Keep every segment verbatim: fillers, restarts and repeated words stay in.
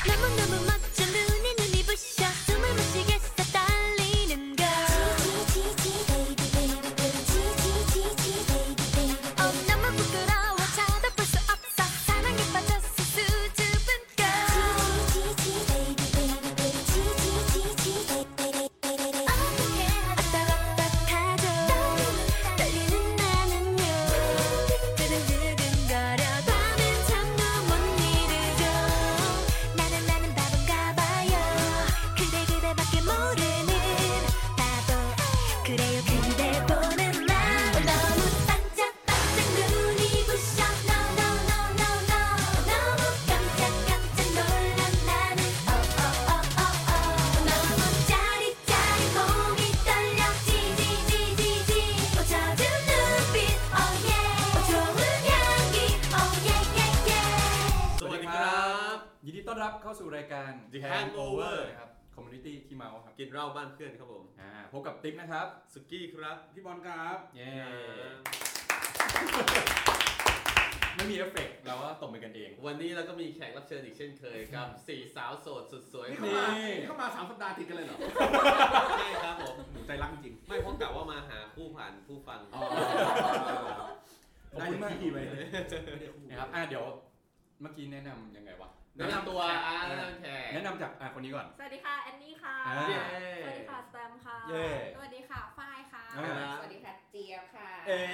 เข้าสู่รายการ The Hangover นะครับ Community ขี้เมาครับกินเหล้าบ้านเพื่อนครับผมอ่าพบกับติ๊กนะครับสุกี้ครับพี่บอลครับเย้ไม่มีเอฟเฟกต์เราก็ตบมือกันเองวันนี้เราก็มีแขกรับเชิญอีกเช่นเคยกับสี่สาวโสดสุดสวยนี่เข้ามาสามสัปดาห์ติดกันเลยเหรอใช่ครับผมใจรักจริงไม่เพราะกะว่ามาหาคู่ผ่านผู้ฟังได้อย่างที่ไปนะครับอ่าเดี๋ยวเมื่อกี้แนะนำยังไงวะแนะนำตัวอ่าแนะนำแขกแนะนำจากอ่าคนนี้ก่อนสวัสดีค่ะแอนนี่ค่ะสวัสดีค่ะสแตมค่ะสวัสดีค่ะฝ้ายค่ะสวัสดีค่ะเจี๊ยบค่ะเอ๊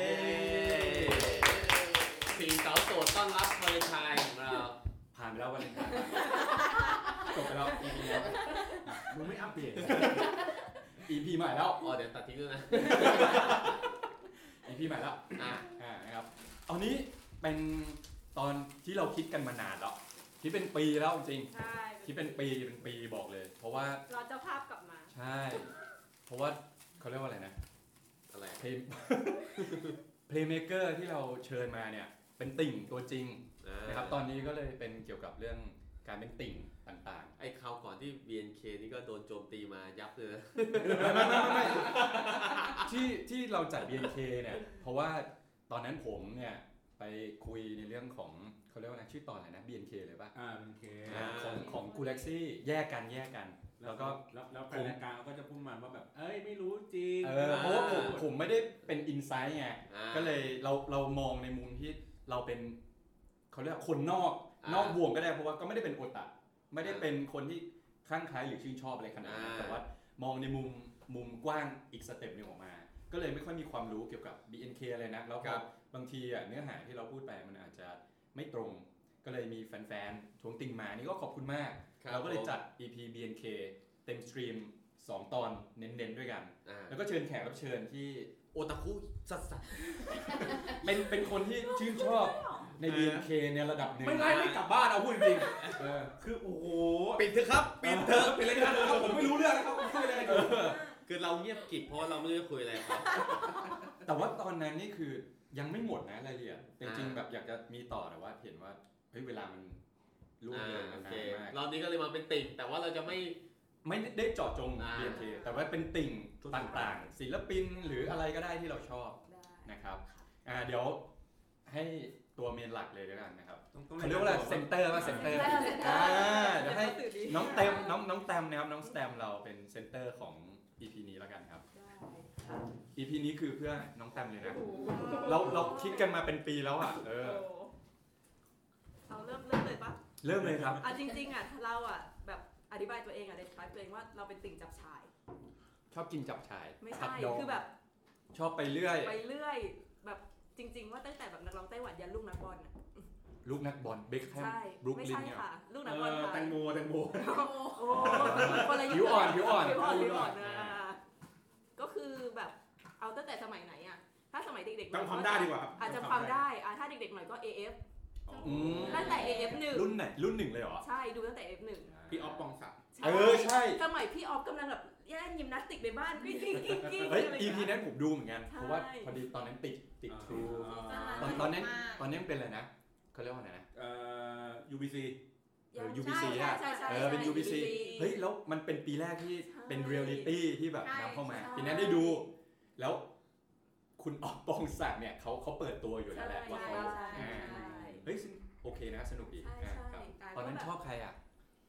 สี่สาวโสดต้อนรับวาเลนไทน์ของเราผ่านไปแล้ววาเลนไทน์จบไปแล้ว อี พี นี้มึงไม่อัปเดตอี พี ใหม่แล้วอ๋อเดี๋ยวตัดทิ้งด้วยนะอี พี ใหม่แล้วอ่าอ่านะครับตอนนี้เป็นตอนที่เราคิดกันมานานแล้วคิดเป็นปีแล้วจริงใช่คิดเป็นปีเป็นปีบอกเลยเพราะว่าเราเจ้าภาพกลับมาใช่เพราะว่าเขาเรียกว่าอะไรนะอะไรเพลงเพลย์เมเกอร์ที่เราเชิญมาเนี่ยเป็นติ่งตัวจริงนะครับตอนนี้ก็เลยเป็นเกี่ยวกับเรื่องการเป็นติ่งต่างๆไอ้คราวก่อนที่ บี เอ็น เค นี่ก็โดนโจมตีมายับเลยไม่ไม่ไม่ไม่ที่ที่เราจัด บี เอ็น เค เนี่ยเพราะว่าตอนนั้นผมเนี่ยไปคุยในเรื่องของเขาเรียกว่าชื่อตอนอะไรนะ บี เอ็น เค เลยป่ะอ่า บี เอ็น เคของของกูแล็กซี่แยกกันแยกกันแล้วก็แล้วแล้วแฟนรายการก็จะพูดมาว่าแบบเอ้ยไม่รู้จริงเออเพราะว่าผมผมไม่ได้เป็นอินไซต์ไงก็เลยเราเรามองในมุมที่เราเป็นเขาเรียกคนนอกนอกวงก็ได้เพราะว่าก็ไม่ได้เป็นโอตะไม่ได้เป็นคนที่คลั่งไคล้หรือชื่นชอบอะไรขนาดนั้นแต่ว่ามองในมุมมุมกว้างอีกสเต็ปนึงออกมาก็เลยไม่ค่อยมีความรู้เกี่ยวกับ บี เอ็น เค อะไรนะแล้วก็บางทีอ่ะเนื้อหาที่เราพูดไปมันอาจจะไม่ตรงก็เลยมีแฟนๆทวงติ่งมานี่ก็ขอบคุณมากเราก็เลยจัด อี พี บี เอ็น เค เต็มสตรีมสองตอนเน้นๆด้วยกันแล้วก็เชิญแขกรับเชิญที่โอตาคุสัสๆเป็นเป็นคนที่ชื่นชอบใน บี เอ็น เค ในระดับหนึ่งไม่ไล่ไม่กลับบ้านเอาพูดจริงเออคือโอ้โหปิดเถอะครับปิดเถอะปิดรายการครับผมไม่รู้เรื่องนะครับคุยอะไรกันคือเราเงียบกริบเพราะเราไม่ได้คุยอะไรครับแต่ว่าตอนนั้นนี่คือยังไม่หมดนะรายละเอียดจริงๆแบบอยากจะมีต่อแต่ว่าเห็นว่าเฮ้ยเวลามันล่วงเลยนานมากรอบนี้ก็เลยมาเป็นติ่งแต่ว่าเราจะไม่ไม่ได้เจาะจง บี เอ็น เค แต่ว่าเป็นติ่งต่างๆศิลปินหรืออะไรก็ได้ที่เราชอบนะครับอ่าเดี๋ยวให้ตัวเมนหลักเลยด้วยกันนะครับเขาเรียกว่าอะไรเซนเตอร์ป่ะเซนเตอร์อ่าเดี๋ยวให้น้องเต็มน้องน้องแตมนะครับน้องสแตมเราเป็นเซนเตอร์ของ อี พี นี้แล้วกันครับ อี พี นี้คือเพื่อน้องแตมเลยนะเราเราคิดกันมาเป็นปีแล้วอ่ะเออเอาเริ่มเริ่มเลยปะเริ่มเลยครับอ่ะจริงๆอ่ะเราอ่ะแบบอธิบายตัวเองอ่ะเดสคริปตัวเองว่าเราเป็นติ่งจับชายชอบกินจับชายไม่ใช่คือแบบชอบไปเรื่อยไปเรื่อยแบบจริงๆว่าตั้งแต่แบบนักร้องไต้หวันยันลูกนักบอลน่ะลูกนักบอลเบคแฮมบรุกลินเนี่ยลูกนักบอลแตงโมแตงโมโอ้คนละผิวอ่อนผิวอ่อนผิวอ่อนผิวอ่อนนะก็คือแบบเอาตั้งแต่สมัยไหนอ่ะถ้าสมัยเด็กๆจำความได้ดีกว่าอาจจะความได้อ่ะถ้าเด็กๆหน่อยก็ เอ เอฟ ตั้งแต่ เอ เอฟ หนึ่งรุ่นไหนรุ่นหนึ่งเลยเหรอใช่ดูตั้งแต่ เอ เอฟ หนึ่งพี่ออฟปองศักดิ์เออใช่สมัยพี่ออฟกำลังแบบแย่งยิมนาสติกในบ้านกิ๊กกิ๊กกิ๊กเฮ้ย อี พี นั้นผมดูเหมือนกันเพราะว่าพอดีตอนนั้นติดติดทรูตอนตอนนั้นตอนนั้นเป็นอะไรนะเขาเรียกว่าอะไรนะเอ่อ ยู บี ซีเออ ยู บี ซี อ่ะเออเป็น ยู บี ซี เฮ้ยแล้วมันเป็นปีแรกที่เป็นเรียลลิตี้ที่แบบนำเข้ามาปีนั้นได้ดูแล้วคุณออฟปองศักดิ์เนี่ยเขาเขาเปิดตัวอยู่แล้วแหละว่าเขาเฮ้ยโอเคนะสนุกดีตอนนั้นชอบใครอ่ะต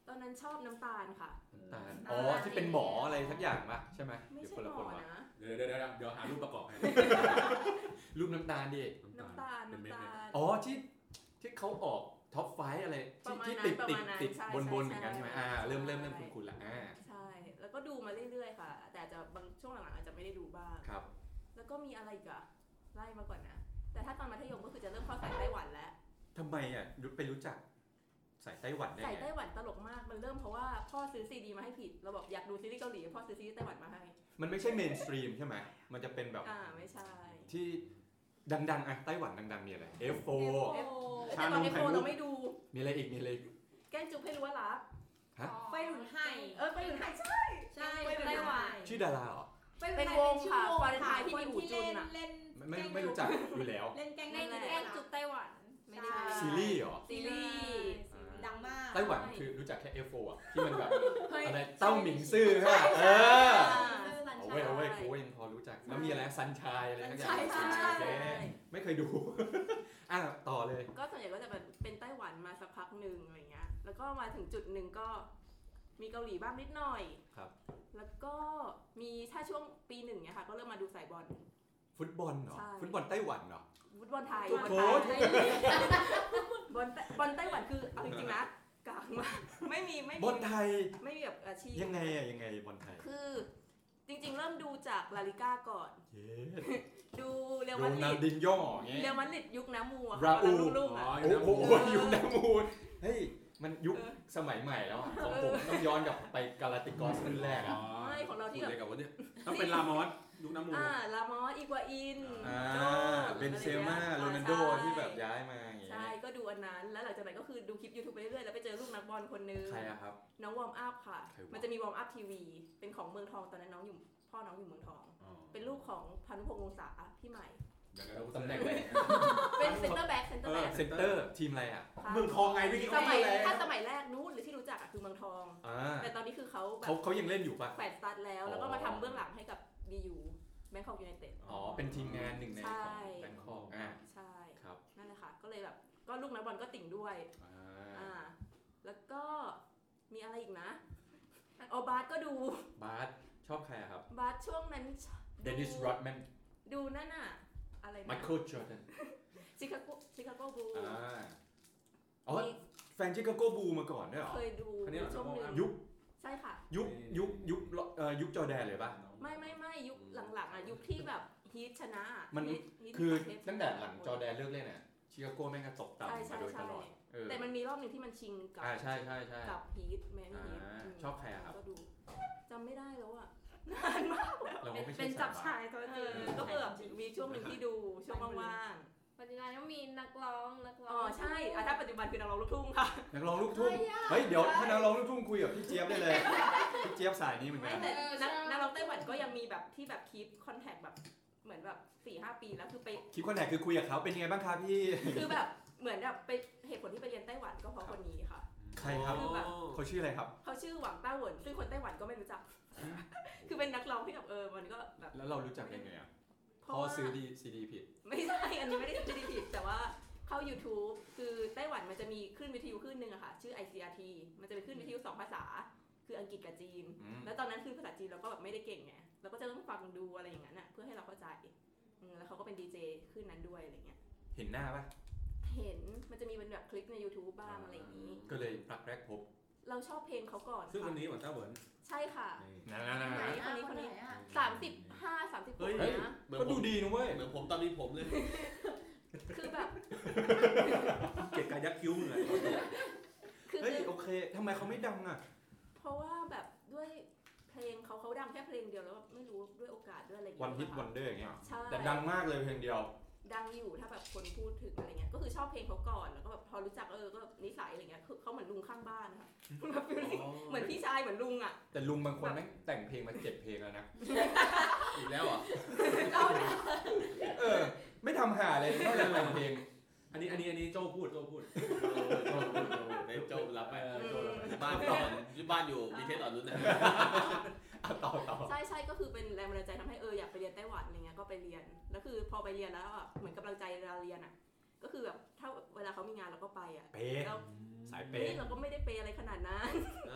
ตอนนั้นชอบน้ำตาลค่ะน้ำตาลอ๋อที่เป็นหมออะไรสักอย่างป่ะใช่ไหมไม่ใช่คนละหคมนอวะนะเดี๋ยวเดี๋ยวเดี๋ยวเดี๋ยวหารูปประกอบให้รูปน้ำตาลดิน้ำตาลน้ำตาลอ๋อที่ที่เขาออกท็อปไฟว์อะไรที่ที่ติดติดติดบนบนเหมือนกันใช่ไหมอ่าเริ่มเริ่มเริ่มคุ้นๆละอ่าใช่แล้วก็ดูมาเรื่อยๆค่ะแต่จะบางช่วงหลังๆอาจจะไม่ได้ดูบ้างครับแล้วก็มีอะไรอีกอะไล่มาก่อนนะแต่ถ้าตอนมัธยมก็คือจะเริ่มเข้าสายไต้หวันแล้วทำไมอ่ะไปรู้จักสายไต้หวันได้สายไงไต้หวันตลกมากมันเริ่มเพราะว่าพ่อซื้อซีดีมาให้ผิดเราบอกอยากดูซีรีส์เกาหลีพ่อซื้อซีรีส์ไต้หวันมาให้มันไม่ใช่เมนสตรีมใช่ไหมมันจะเป็นแบบอ่าไม่ใช่ที่ดังๆอ่ะไต้หวันดังๆมีอะไร เอฟ โฟแต่ตอนเอฟโฟเราไม่ดูมีอะไรอีกมีอะไรอีกแกล้งจุ๊บให้รู้ว่ารักฮะไฟหลุนไห้เออไปอยู่ไทยใช่ใช่ไต้หวันชื่อดาราเหรอเป็นวงค่ะฟาเรนไฮน์ที่มีหูจุนอะเล่นไม่ไม่ไม่รู้จักอยู่แล้วเล่นแกล้งนั่เล่นนแหละแกล้งจุดไต้หวันไม่ได้ซีรีส์เหรอซีรีส์ดังมากไต้หวันคือรู้จักแค่ เอฟ โฟ อ่ะที่มันแบบเฮ้ยอะไรเต้าหมิงซื่อใช่ป่ะเออสัญเอาชาไว้ติเอาไว้กูยังพอรู้จักแล้วมีอะไรซันชายอะไรทั้งอย่างซันชายโอเคไม่เคยดู อ่ะต่อเลยก็ส่วนใหญ่ก็จะแบบเป็นไต้หวันมาสักพักหนึ่งอะไรเงี้ยแล้วก็มาถึงจุดหนึ่งก็มีเกาหลีบ้างนิดหน่อยครับแล้วก็มีถ้าช่วงปีหนึ่งเนี่ยค่ะก็เริ่มมาดูสายบอลฟุตบอลเหรอใช่ฟุตบอลไต้หวันเหรอฟุตบอลไทยโอ้โหบอลไทยบอลบอลไต้หวันคือเอาจริงๆนะกลางมากไม่มีไม่บมีอลไทยไม่มีแบบอาชีพยังไงอ่ะยังไงบอลไทยคือจริงๆเริ่มดูจากลาลิก้าก่อนเย้ดูเรอัลโรมาดนัริลดดินโญ่อย่างเงี้ยเรอัลมาดริดยุคน้ำมูอะราอูลรุ่งๆอะโอ้โหยุคนามูนเฮ้ยมันยุคสมัยใหม่แล้วอะของผมต้องย้อนกลับไปกาลาติกอสรุ่นแรกอะไม่ของเราที่พูดแบบอะไรกับวะเนี่ยต้องเป็นลามอสยุคน้ำมูอ่าลามอสอีกัวอินอ่าโจเบนเซม่าโรนัลโดที่แบบย้ายมาอย่างเงี้ยใช่ก็ดูอันนั้นแล้วหลังจากนั้นก็คือดูคลิป YouTube ไปเรื่อยๆแล้วไปเจอลูกนักบอลคนนึงใครอะครับน้องวอร์มอัพค่ะใครวะมันจะมีวอร์มอัพทีวีเป็นของเมืองทองตอนนั้นน้องอยู่พ่อน้องอยู่เมืองทอง เป็นลูกของพานุพงษ์วงศาพี่ใหม่ตำแหน่งอะไรเป็นเซนเตอร์แบ็กเซนเตอร์แบ็กเซนเตอร์ทีมอะไรอะเมืองทองไงพี่กิ๊กสมัยเลยถ้าสมัยแรกนู้นหรือที่รู้จักอะคือเมืองทองอ่าแต่ตอนนี้คือเขาแบเขาบเขายังเล่นอยู่ปะแขวนสตาร์ทแล้วแล้วก็มาทำเบื้องหลังให้กับ บี ยู แบงคอกยูไนเต็ดอ๋อเป็นทีมงานหนึ่งในใช่ของแบงคอกอ่าใช่ครับนั่นแหละค่ะก็เลยแบบก็ลูกนักบอลก็ติ่งด้วยอ่าอ่าแล้วก็มีอะไรอีกนะเอาบาสก็ดูบาสชอบใครอะครับบาสช่วงนั้นเดนิสโรดแมนดูนั่นน่ะอะไรนะไมเคิลจอร์แดนชิคาโกชิคาโกบูลอ่าอ๋อแฟนชิคาโกบูมาก่อนด้วยเหรอเคยดูช่วงหนึงยุคใช่ค่ะยุคยุคยุคเอ่อยุคจอร์แดนเลยปะไม่ไม่ไม่ยุคหลังๆอ่ะยุคที่แบบฮีทชนะอะมันฮีทฮีทคือเทปตั้งแต่หลังจอร์แดนเลิกเล่นอ่ะชิคาโกแม่งก็ตกใช่ต่ำใช่มาโดยใช่ตลอดเออแต่มันมีรอบหนึ่งที่มันชิงกับอ่าใช่ใช่ใช่กับฮีทแมนฮีทอ่าอืมชอบใครอะครับก็ดูจำไม่ได้แล้วอ่ะนานมากแล้วเราก็ไม่ใช่เป็นจับสาชาย ยตัวจเอริงอก็เแบบมีช่วงหนึ่งที่ดูช่วงว่างปัจจุบันก็มีนักร้องนักๆร้อ๋ออง ใช่อ่ะถ้าปัจจุบันคือนักร้องลูกทุ่งค่ะนักร้องลูกทุ่งเฮ้ยเดี๋ยวถ้านักร้องลูกทุ่งคุยกับพี่เจี๊ยบได้เลยพี่เจี๊ยบสายนี้เหมือนไม่กันแต่นักนักร้องไต้หวันก็ยังมีแบบที่แบบคีปคอนแทคแบบเหมือนแบบสี่ห้าปีแล้วคือไปคลิปคอนแทคคือคุยกับเขาเป็นยังไงบ้างครับพี่คือแบบเหมือนแบบไปเหตุผลที่ไปเรียนไต้หวันก็เพราะคนนี้ค่ะใครครับคือแบบเขาชื่ออะไรครับเขาชื่อหวังต้าเหวินซึ่งคนไต้หวันก็ไม่รู้จัก คือเป็นนักร้องที่แบบเออมันก็แบบแล้วเรารู้จักยังไงอ่ะเพพ่ราะอว่าซื้อดีซีดีผิดไม่ใช่อันนี้ไม่ได้ไม่ได้ผิดแต่ว่าเข้า YouTube คือไต้หวันมันจะมีคลื่นวิทยุคลื่นหนึ่งอะค่ะชื่อ ไอ ซี อาร์ ที มันจะเป็นคลื่นวิทยุสองภาษา คืออังกฤษกับจีนอืมแล้วตอนนั้นคือภาษาจีนเราก็แบบไม่ได้เก่งไงเราก็จะต้องฟังดูอะไรอย่างนั้นอะเพื่อให้เราเข้าใจอืมแล้วเขาก็เป็นดีเจคลื่นนั้นด้วยอะไรเงี้ยเห็นหน้าปะเห็นมันจะมีเป็นแบบคลิปใน YouTube บ้างอะไรอย่างนี้ก็เลยรักแรกพบเราชอบเพลงเขาก่อนซึ่งคนค่ะนี้เหมือนเต้าเหวินใช่ค่ะนะนะนะไหน คนนี้คนนี้ สามสิบห้า สามสิบหกเฮ้ยนะเหมือนก็ผดูมดีนะเว้ยเหมือนผมตอนนี้ผมเลยคือแบบเกลียดการยักคิ้วมึงเลยคือเฮ้ยโอเคทำไมเขาไม่ดังอ่ะเพราะว่าแบบด้วยเพลงเขาเขาดังแค่เพลงเดียวแล้วแบบไม่รู้ด้วยโอกาสด้วยอะไรอย่างวันเงี้ยฮิตวันเดอร์อย่างเงี้ยใช่แต่ดังมากเลยเพลงเดียวดังอยู่ถ้าแบบคนพูดถึงอะไรเงี้ย ก็คือชอบเพลงเขาก่อนแล้วก็แบบพอรู้จักเออก็นิสัยอะไรเงี้ยคือเขาเหมือนลุงข้างบ้านนะคะแบบฟีลลิ่งเหมือนพี่ชายเหมือนลุงอ่ะแต่ลุงบางคนแม่งแต่งเพลงมาเจ็ดเพลงแล้วนะอีกแล้วเหรอ่ะเราเนี่ยเออ ไม่ทำหาเลยนอกจากแต่งเพลงอันนี้อันนี้อันนี้โจ้พูดโจ้พูดในโจรับไปเออโจ้รับไปบ้านก่อนบ้านอยู่มีเทสอ่อนรุ่นนะอ่ะต่อต่อใช่ใช่ก็คือเป็นแรงบันดาลใจทำให้เอออยากไปเรียนไต้หวันอะไรเงี้ยก็ไปเรียนแล้วคือพอไปเรียนแล้วอ่ะเหมือนกำลังใจเวลาเรียนอ่ะก็คือแบบถ้าเวลาเขามีงานเราก็ไปอ่ะเป๊ะแล้วสายนี่เป๊ะเราก็ไม่ได้เปย์อะไรขนาดนั้นเ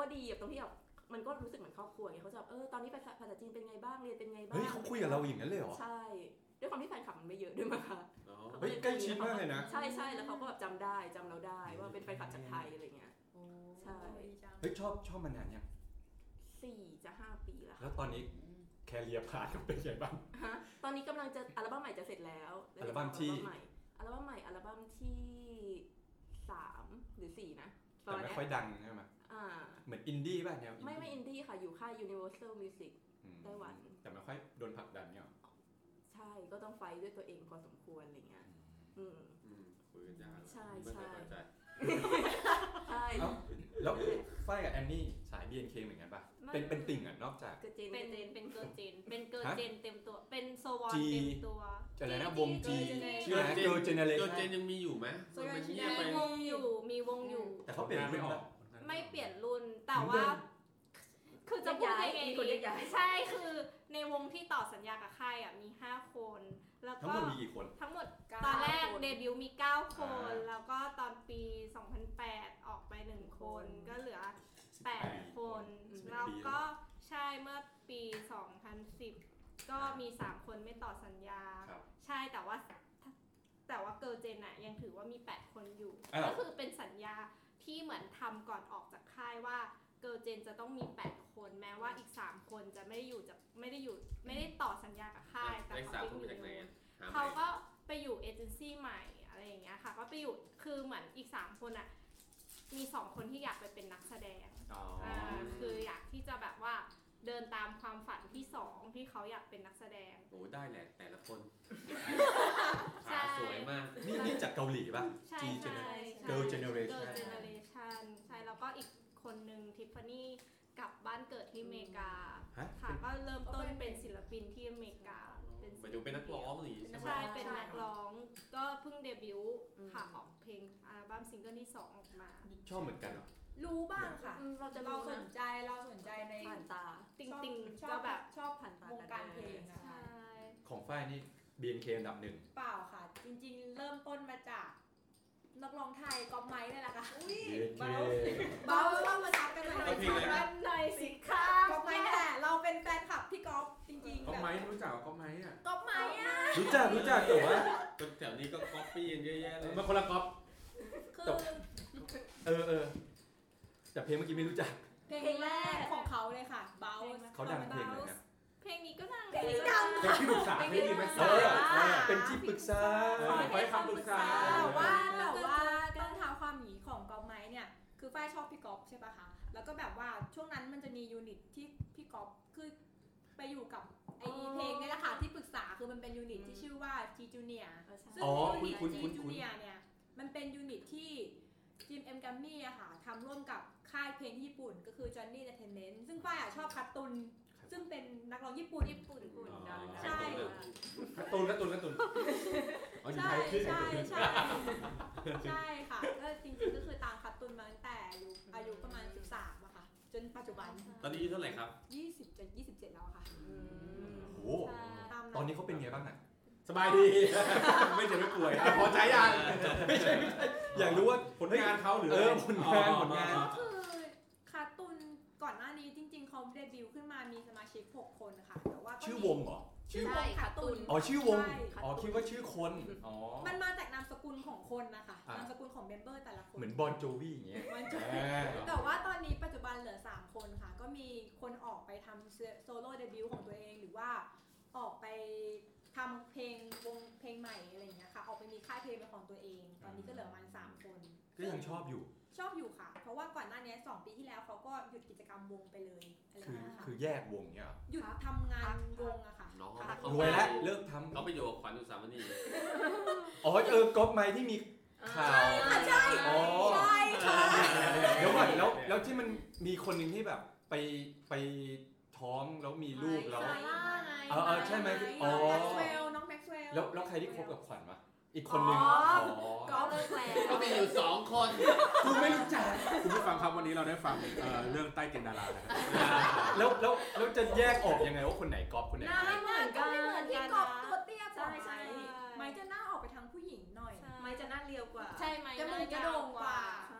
ดีแบบตรงที่แบบมันก็รู้สึกเหมือนครอบครัวไงเขาจะแบบเออตอนนี้ภาษาภาษาจีนเป็นไงบ้างเรียนเป็นไงบ้างเฮ้ยเขาคุยกับเราอย่างนั้นเลยเหรอใช่ด้วยความที่แฟนคลับมันไม่เยอะด้วยมั้งคะอ๋อเฮ้ยใกล้ชิดมากเลยนะใช่ใช่แล้วเขาก็แบบจำได้จำเราได้ว่าเป็นแฟนคลับจากไทยอะไรเงี้ย ใช่เฮ้ยชอบชอบมานานยังสี่จะห้าปีแล้วแล้วตอนนี้แคเรียร์พาร์ทก็เป็นไงบ้างฮะตอนนี้กำลังจะอัลบั้มใหม่จะเสร็จแล้วอัลบั้มที่อัลบั้มใหม่อัลบั้มที่สามหรือสี่นะประแต่มาณไม่เนี้ยค่อยดังใช่ไหมอ่าเหมือนอินดี้ป่ะแนวอินไม่ดี้ไม่อินดี้ค่ะ อยู่ค่าย Universal Music อืมไต้หวันแต่ไม่ค่อยโดนผลักดันเนี่ยหรอใช่ก็ต้องไฟท์ด้วยตัวเองพอสมควรอะไรเงี้ยอืมอืมคุยกันยากใช่ไม่ใช่ค่อยเข้าใจใช่เอ้าแล้วฝ้ายกับแอนนี่สาย บี เอ็น เค เหมือนกันป่ะ เป็นเป็นติ่งอ่ะนอกจากเกิดเจนเป็นเจนเป็นเกิร์ลเจนเป็นเกิร์ลฮะเจนเต็มตัวเป็นโซวอน G เต็มตัวอะไรนะวง G ชื่อ Girl อะไรนะ Gen Girl ตัว Generation เจนยังมีอยู่ไหมมันเงียบไปมีวงอยู่มีวงอยู่แต่เขาเปลี่ยนไม่ไม่ออออก กไม่เปลี่ยนรุ่นแต่ว่า คือจะพูดยังไงมีคนเรียกย้ายใช่คือในวงที่ต่อสัญญากับค่ายอ่ะมีห้าคนแล้วทั้งก็หมดมีกี่คนทั้งหมดเก้าตอนแรกคนเดบิวต์มีเก้าคนอ่าแล้วก็ตอนปีสองพันแปดออกไปหนึ่งคนก็เหลือแปดคนสิบแปดแล้วก็ใช่เมื่อปีสองพันสิบก็มีสามคนไม่ต่อสัญญาครับใช่แต่ว่าแต่ว่าเกิร์ลเจนอะยังถือว่ามีแปดคนอยู่อ้าวก็คือเป็นสัญญาที่เหมือนทำก่อนออกจากค่ายว่าเกิร์ลเจนจะต้องมีแปดคนแม้ว่าอีกสามคนจะไม่ได้อยู่จะไม่ได้อยู่ไม่ได้ต่อสัญญากับค่าย แต่เลขเขาสามไปคนอยู่มาจากไหนอะหาเขาใหม่ก็ไปอยู่เอเจนซี่ใหม่อะไรอย่างเงี้ยค่ะก็ไปอยู่คือเหมือนอีกสามคนอะมีสองคนที่อยากไปเป็นนักแสดงอ๋ออ่าคืออยากที่จะแบบว่าเดินตามความฝันที่สองที่เขาอยากเป็นนักแสดงโอ้ได้แหละแต่ละคนใช่ขาสวยมากนี่นี่จากเกาหลีป่ะใช่ G ใช่ Generation ใช่ Girl Generation Girl Generation ใช่แล้วก็อีกคนนึงทิฟฟานี่กลับบ้านเกิดที่อเมริกาฮะค่ะก็เริ่มต้นเป็นศิลปินที่อเมริกาเป็นหมายถึงเป็นนักร้องหรือใช่ไหมใช่เป็นนักร้องก็เพิ่งเดบิวต์อืมค่ะออกเพลงอัลบั้มซิงเกิลที่สองออกมาชอบเหมือนกันเหรอรู้บ้างค่ะอืมเราจะเรารู้สนะนใจเราสนใจในผ่านตาติงชอบติงชอก็บแบบชอบผ่านตาวงการเพลงอะใช่ของฝ้ายนี่ บี เอ็น เค อันดับหนึ่งเปล่าค่ะ จริงๆ เริ่มต้นมาจากนักร้องไทยก๊อปไม้นี่แหละค่ะบี เอ็น เคเบาเข้ามาทักกันหน่อยเอาเพลงอะไรนะหน่อยสิคะก๊อปไม้นี่แหละเราเป็นแฟนคลับพี่ก๊อฟจริงๆก็แบบไม้รู้จักก็ไม้อ่ะก๊อปไม้อะรู้จักรู้จักแต่ว่าคนแถวนี้ก็ก๊อปปี้กันเยอะแยะเลยมันคนละก๊อปคือเออเออแต่เพลงเมื่อกี้ไม่รู้จักเพลงแรกของเขาเลยค่ะเบาเขาดังเพลงอะไรนะเพลงนี้ก็ดังเพลงนี้ดังเพลงที่ปรึกษาไม่ดีไหมเออเออเป็นที่ปรึกษาเออขอให้คำปรึกษาแต่ว่าแต่ว่าต้องเท้าความหนีของก๊อปไม้เนี่ยคือฝ้ายชอบพี่ก๊อฟใช่ปะคะแล้วก็แบบว่าช่วงนั้นมันจะมียูนิตที่พี่ก๊อฟคือไปอยู่กับไอ้เพลงนี่แหละค่ะที่ปรึกษาคือมันเป็นยูนิตที่ชื่อว่า G Junior เออใช่ซึ่งอ๋อยูนิตคุ้น G คุ้นคุ้น Junior เนี่ยมันเป็นยูนิตที่จิมเอ็มกัมมี่อะค่ะทำร่วมกับค่ายเพลงที่ญี่ปุ่นก็คือ Johnny Entertainment ซึ่งฝ้ายอะชอบคัตตุนซึ่งเป็นนักร้องญี่ปุ่นญี่ปุ่นญี่ปุ่นอ๋อดังใช่การ์ตูนการ์ตูนการ์ตูนเอาอยู่ใช่ไทยขึ้นใช่ใช่ใช่ค่ะก็จริงๆก็คือตามคัตตุนมาตั้งแต่อายุอายุประมาณสิบสามอะค่ะจนปัจจุบันตอนนี้อายุเท่าไหร่ครับยี่สิบจะยี่สิบเจ็ดแล้วอะค่ะอืมโอ้โหใช่ตามตอนนี้เขาเป็นไงบ้างอ่ะสบายดี ไม่เจ็บไม่ป่วยอ่ะพอใจยังไม่ใช่ไม่ใช่อยากรู้ว่าผลงานเขาหรือเออผลงานผลงานก็คือคาร์ตูนก่อนหน้านี้จริงๆเขาเดบิวต์ขึ้นมามีสมาชิกหกคนค่ะแต่ว่าก็มีชื่อวงเหรอชื่อวใช่งคาร์ตูนอ๋อชื่อวงใช่อ๋อคิดว่าชื่อคนอ๋อมันมาจากนามสกุลของคนนะคะอ่ะนามสกุลของเมมเบอร์แต่ละคนเหมือนบอนโจวี่อย่างเงี้ยมันจะอ่าแต่ว่าตอนนี้ปัจจุบันเหลือสามคนค่ะ ก็มีคนออกไปทำโซโล่เดบิวต์ของตัวเองหรือว่าออกไปทำเพลงวงเพลงใหม่อะไรอย่างเงี้ยค่ะออกไปมีค่ายเพลงเป็นของตัวเอง ตอนนี้ก็เหลือประมาณสามคนก็ยังชอบอยู่ชอบอยู่ค่ะ เพราะว่าก่อนหน้านี้สองปีที่แล้วเขาก็หยุดกิจกรรมวงไปเลยอะไรอคืย่างอเงี้ยค่ะคือแยกวงเนี้ยเหรอหยุดทำงานวงอะค่ะน้องพักเขารวยแล้วเลิกทเขาไปอยู่กับขวัญอุสามณีำอ๋อเออก๊อปไมค์ที่มีข่าวค่ะใช่อ๋อใช่ค่ะเดี๋ยวก่อนแล้วแล้วที่มันมีคนหนึ่งที่แบบไปไปท้องแล้วมีลูกแล้วซาร่าไงเออเออใช่ไหมอ๋อน้องแม็กซ์เวลน้องแม็กซ์เวลแล้วแล้วใครที่คบกับขวัญวะอีกคนนึงอ๋ออ๋อก็เลิกแล้วก็มีอยู่สองคนกูไม่รู้จักคุณผู้ฟังครับวันนี้เราได้ฟังเอ่อเรื่องใต้เกณฑ์ดารานะครับแล้วแล้วแล้วจะแยกออกยังไงว่าคนไหนก๊อปคนไหนหน้าไม่เหมือนกันไม่เหมือนพี่กอบตัวเตี้ยกว่าใช่ใช่ไม้จะหน้าออกไปทางผู้หญิงหน่อยไม่จะหน้าเรียวกว่าใช่ไหมจมูกจะโด่งกว่าใช่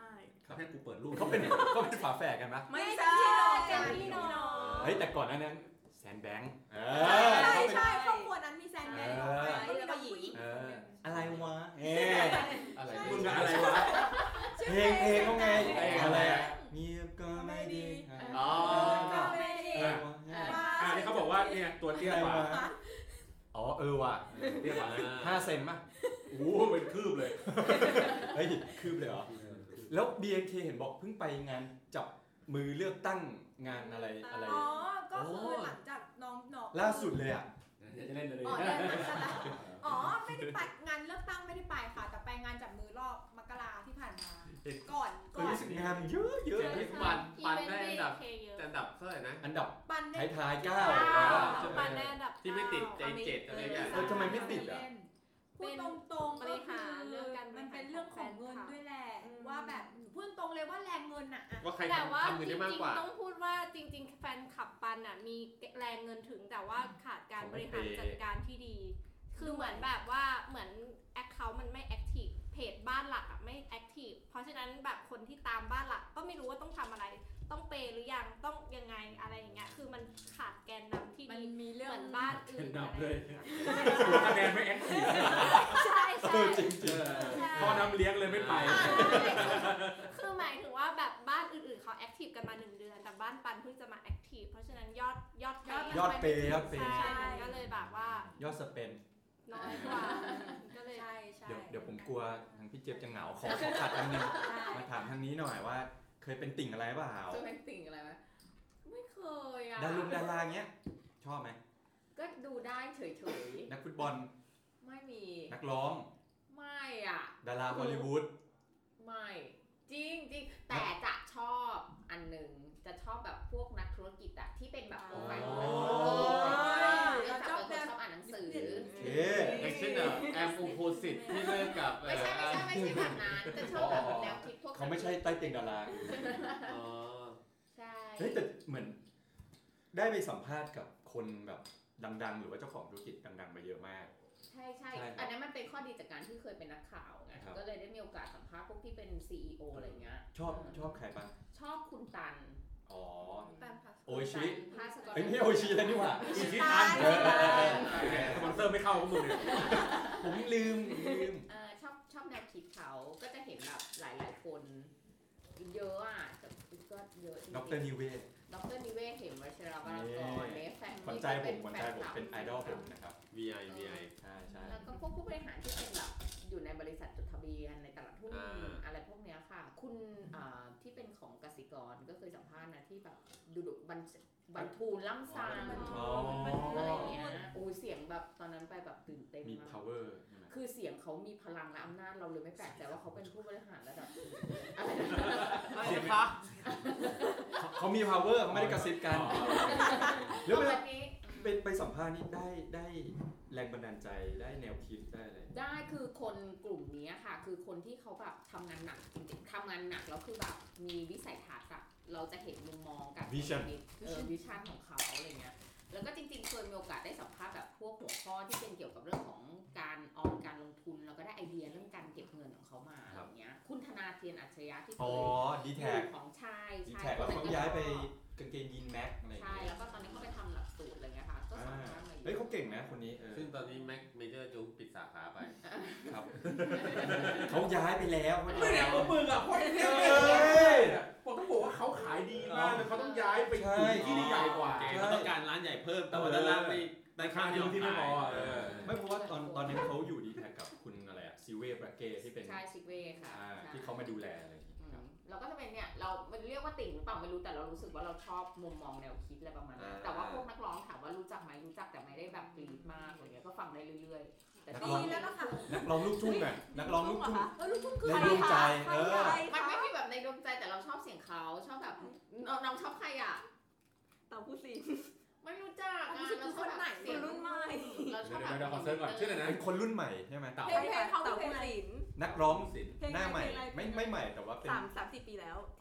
ถ้าให้กูเปิดรูปเขาเป็นเขาเป็นฝาแฝดกันปะไม่ใช่เป็นพี่น้องเฮ้ยแต่ก่อนหนั้นนั้นแซนแบงค์เอใช่อใช่ครอบครัวนั้นมีแซนแมนแล้วก็มีน้องผู้หญิงเอออะไรวะเอ๊ะอะไรมึงกับอะไรวะเพลงเพลงเขาไงอะไรอะเงียบก็ไม่ดีอ๋อก็ไม่ดีอะไรวะอ่านี่เขาบอกว่าเนี่ยตัวเตี้ยอะไรกว่าวะอ๋อเออว่ะเตี้ยกว่าห้าเซนป่ะโอ้โหเป็นคืบเลยเฮ้ยคืบเลยเหรอแล้ว บี เอ็น เค เห็นบอกเพิ่งไปงานจับมือเลือกตั้งงานอะไรอะไรอ๋อ ก็คือหลังจากน้องน้องล่าสุดเลยอ่ะเดี๋ยวจะเล่นเลยอ๋อเดือนมกราอ๋อ ไม่ได้ไปงานเลือกตั้งไม่ได้ไปค่ะ แต่ไปงานจับมือรอบมกราที่ผ่านมา ก่อนเอก่ออนรู้สึกงานเยอะเยอะเดี๋ยวนี้ปันปันได้อันดับอันดับเท่าไหร่นะอันดับปันได้ท้ายๆเก้าปันแน่อันดับที่ไม่ติดใจเจ็ดอะไรอย่างเออทำไมไม่ติดอ่ะพูดตรงๆบริหารเรื่องการมันเป็นเรื่องของเงินด้วยแหละ ว่าแบบพูดตรงเลยว่าแรงเงินอะอะว่าใครแต่ว่าทำเงินจได้ริมากงกว่าๆต้องพูดว่าจริง ๆ แฟนขับปันอ่ะมีแรงเงินถึงแต่ว่าขาดการบริหารจัดการที่ดี คือเหมือนแบบว่าเหมือนแอคเคาท์มันไม่แอคทีฟเพจบ้านหลักอ่ะไม่แอคทีฟเพราะฉะนั้นแบบคนที่ตามบ้านหลักก็ไม่รู้ว่าต้องทำอะไร ต้องเปย์หรือยังต้องยังไงอะไรอย่างเงี้ยคือมันขาดแกนนำที่มันดีมีเรื่อเหงมือนบ้านอื่เป็นนดับอะไรเลยอย่างเงี้ยคะแนนไม่แอคทีฟใช่เอใช่อจริงจริงพอน้ำเลี้ยงเลยไม่ไปคือหมายถึงว่าแบบบ้านอื่นๆเขาแอคทีฟกันมาหนึ่งเดือนแต่บ้านปันเพิ่งจะมาแอคทีฟเพราะฉะนั้นยอดยอดยอดเปย์ยอดเปย์ใช่มันก็เลยแบบว่ายอดสเปนน้อยกว่าก็เลยใช่ใช่เดี๋ยวเดี๋ยวผมกลัวทางพี่เจี๊ยบจะเหงาขอขอขัดอันหนึงมาถามทางนี้หน่อยว่า เคยเป็นติ่งอะไรเปล่าจะเป็นติ่งอะไรไหมไม่เคยอ่ะดารุงดาราเงี้ยชอบไหมก็ดูได้เฉยนักฟุตบอลๆ ไม่มีนักร้องไม่อ่ะดาราฮอลลีวูดไม่ จริงจริงแต่จะชอบอันหนึ่งจะชอบแบบพวกนักธุรกิจอะที่เป็นแบบโปรไฟล์ของนักธุรกิจแล้วจะเป็นคนชอบอ่านหนังสือโอเคอย่างเช่นเออแอมอูโพสิตที่เลิกกับเอ่ไม่อใช่ไม่ใช่ไม่ใช่แบบนั้นจะชอบแบบแนวคิดพวกเขาไม่ใช่ใต้เตียงดาราอ๋อใช่เฮ้ยแต่เหมือนได้ไปสัมภาษณ์กับคนแบบดังๆ หรือว่าเจ้าของธุรกิจดังๆมาเยอะมากใช่ใช่ใช่ครับอันนั้นมันเป็นข้อดีจากการที่เคยเป็นนักข่าวไงครับก็เลยได้มีโอกาสสัมภาษณ์พวกที่เป็น ซี อี โอ อะไรเงี้ยชอบชอบใครบ้างชอบคุณตันอ๋อตันพัสโออิชิพาสกอร์เอ้ยไม่ใช่โออิชิเลยนี่หว่าอีกที่ทันเออเออเออสปอนเซอร์ไม่เข้าก็มึงเนี่ยผมลืมผมลืมเออชอบชอบแนวคิดเขาก็จะเห็นแบบหลาย ๆ คนเยอะอ่ะแต่ก็เยอะจริงดรนิเวศดรนิเวศเห็นวชิรวรรณกรเนี่ยแฟนขวัญใจผมขวัญใจผมเป็นไอดอลผมนะครับวี ไอ วี ไอใช่ใช่แล้วก็พวกผู้บริหารที่เป็นแบบอยู่ในบริษัทจดทะเบียนในตลาดหุ้นอ่าอะไรพวกเนี้ยค่ะ คุณอ่าที่เป็นของกสิกรก็เคยสัมภาษณ์นะที่แบบดูดุบันบันทูลล่ำซางอ๋ออะไรอย่างเงี้ยโอ้ยเสียงแบบตอนนั้นไปแบบตื่นเต้นมีมาก power ใช่ไหมคือเสียงเขามีพลังและอำนาจเราเลยไม่แปลกใจว่าเขาเป็นผู้บริหารระดับอะไรนะเสียงคะเขามี power เขาไม่ได้กระซิบกันแล้แล้ว วเววัลานนี้ไปไปสัมภาษณ์นี่ได้ได้แรงบันดาลใจได้แนวคิดได้อะไรได้คือคนกลุ่มนี้ค่ะ คือคนที่เขาแบบทำงานหนักจริงๆทำงานหนักแล้วคือแบบมีวิสัยทัศน์อะเราจะเห็นมุมมองการ Vision เออวิชั่นของเขาอะไรเงี้ยแล้วก็จริงๆเคยมีโอกาสได้สัมภาษณ์แบบพวกหัวข้อที่เป็นเกี่ยวกับเรื่องของการออมการลงทุนแล้วก็ได้ไอเดียเรื่องการเก็บเงินของเขามาอะไรเงี้ยคุณธนาเทียนอัจฉริยะที่เคอ๋อย ดีอแท็กยู่ของชายดีชายแท็กแล้วคนเขานั้นก็ย้ายไปชอบกางเกงยีนแม็กอะไรอย่างใช่เงี้ยแล้วก็ตอนนี้เขาไปทำหลักสูตรอะไรเงี้ยค่ะก็สัมภาษณ์มาอยู่เฮ้ยเขาเก่งนะคนนี้เออซึ่งตอนนี้แม็กเมเจอร์จูปิดสาขาไปครับ เขาย้ายไปแล้วไม่เนี่ยพวกมึงอ่ะพวกเอ้ยผมต้องบอกว่าเขาขายดีมากแต่เขาต้องย้ายไปอยู่ที่ที่ใหญ่กว่าเก๋เขาต้องการร้านใหญ่เพิ่มแต่ว่าด้านล่างไม่ได้ค่าค่าที่ที่ที่ไม่พออ่ะเออไม่เพราะว่าตอนตอนนั้นเขาอยู่ดีแท็กกับคุณอะไรอะซิเว่บราเก้ที่เป็นใช่ซิกเวย์ค่ะอ่าใช่ที่เขามาดูแลอะไรอย่างเงี้ยอืครับมเราก็จะเป็นเนี่ยเรามันเรียกว่าติ่งหรือเปล่าไม่รู้แต่เรารู้สึกว่าเราชอบมุมมองแนวคิดอะไรประมาณนั้นอ่าแต่ว่าพวกนักร้องถามว่ารู้จักไหมรู้จักแต่ไม่ได้แบบกรี๊ดมากอะไรเงี้ยก็ฟังได้เรื่อยๆแต่นักที่ร้องดีแล้วล่ะค่ะนักร้องลูกทุ่งอ่ะนักร้องลูกทุ่งเออลูกทุ่งคือในใครดวงใจคะเออมันไม่มีแบบในดวงใจแต่เราชอบเสียงเขาชอบแบบน้องน้องชอบใครอ่ะเต่าผู้สินไม่รู้จักรู้อ่ะสึกเราคือชคอบนไหนแบบเสียงรุ่นใหม่เราชอบแบบเดี๋ยวเดี๋ยวขอเซิร์ชก่อนชื่ออะไรนะเป็นคนรุ่นใหม่ใช่ไหมเต่าเพลงเพลงเขาเต่าเพลงผู้อะไรสินนักร้องสินหน้าใหม่ไม่ไม่ใหม่แต่ว่าเป็นสามสามสิบปีแล้วที่เข้า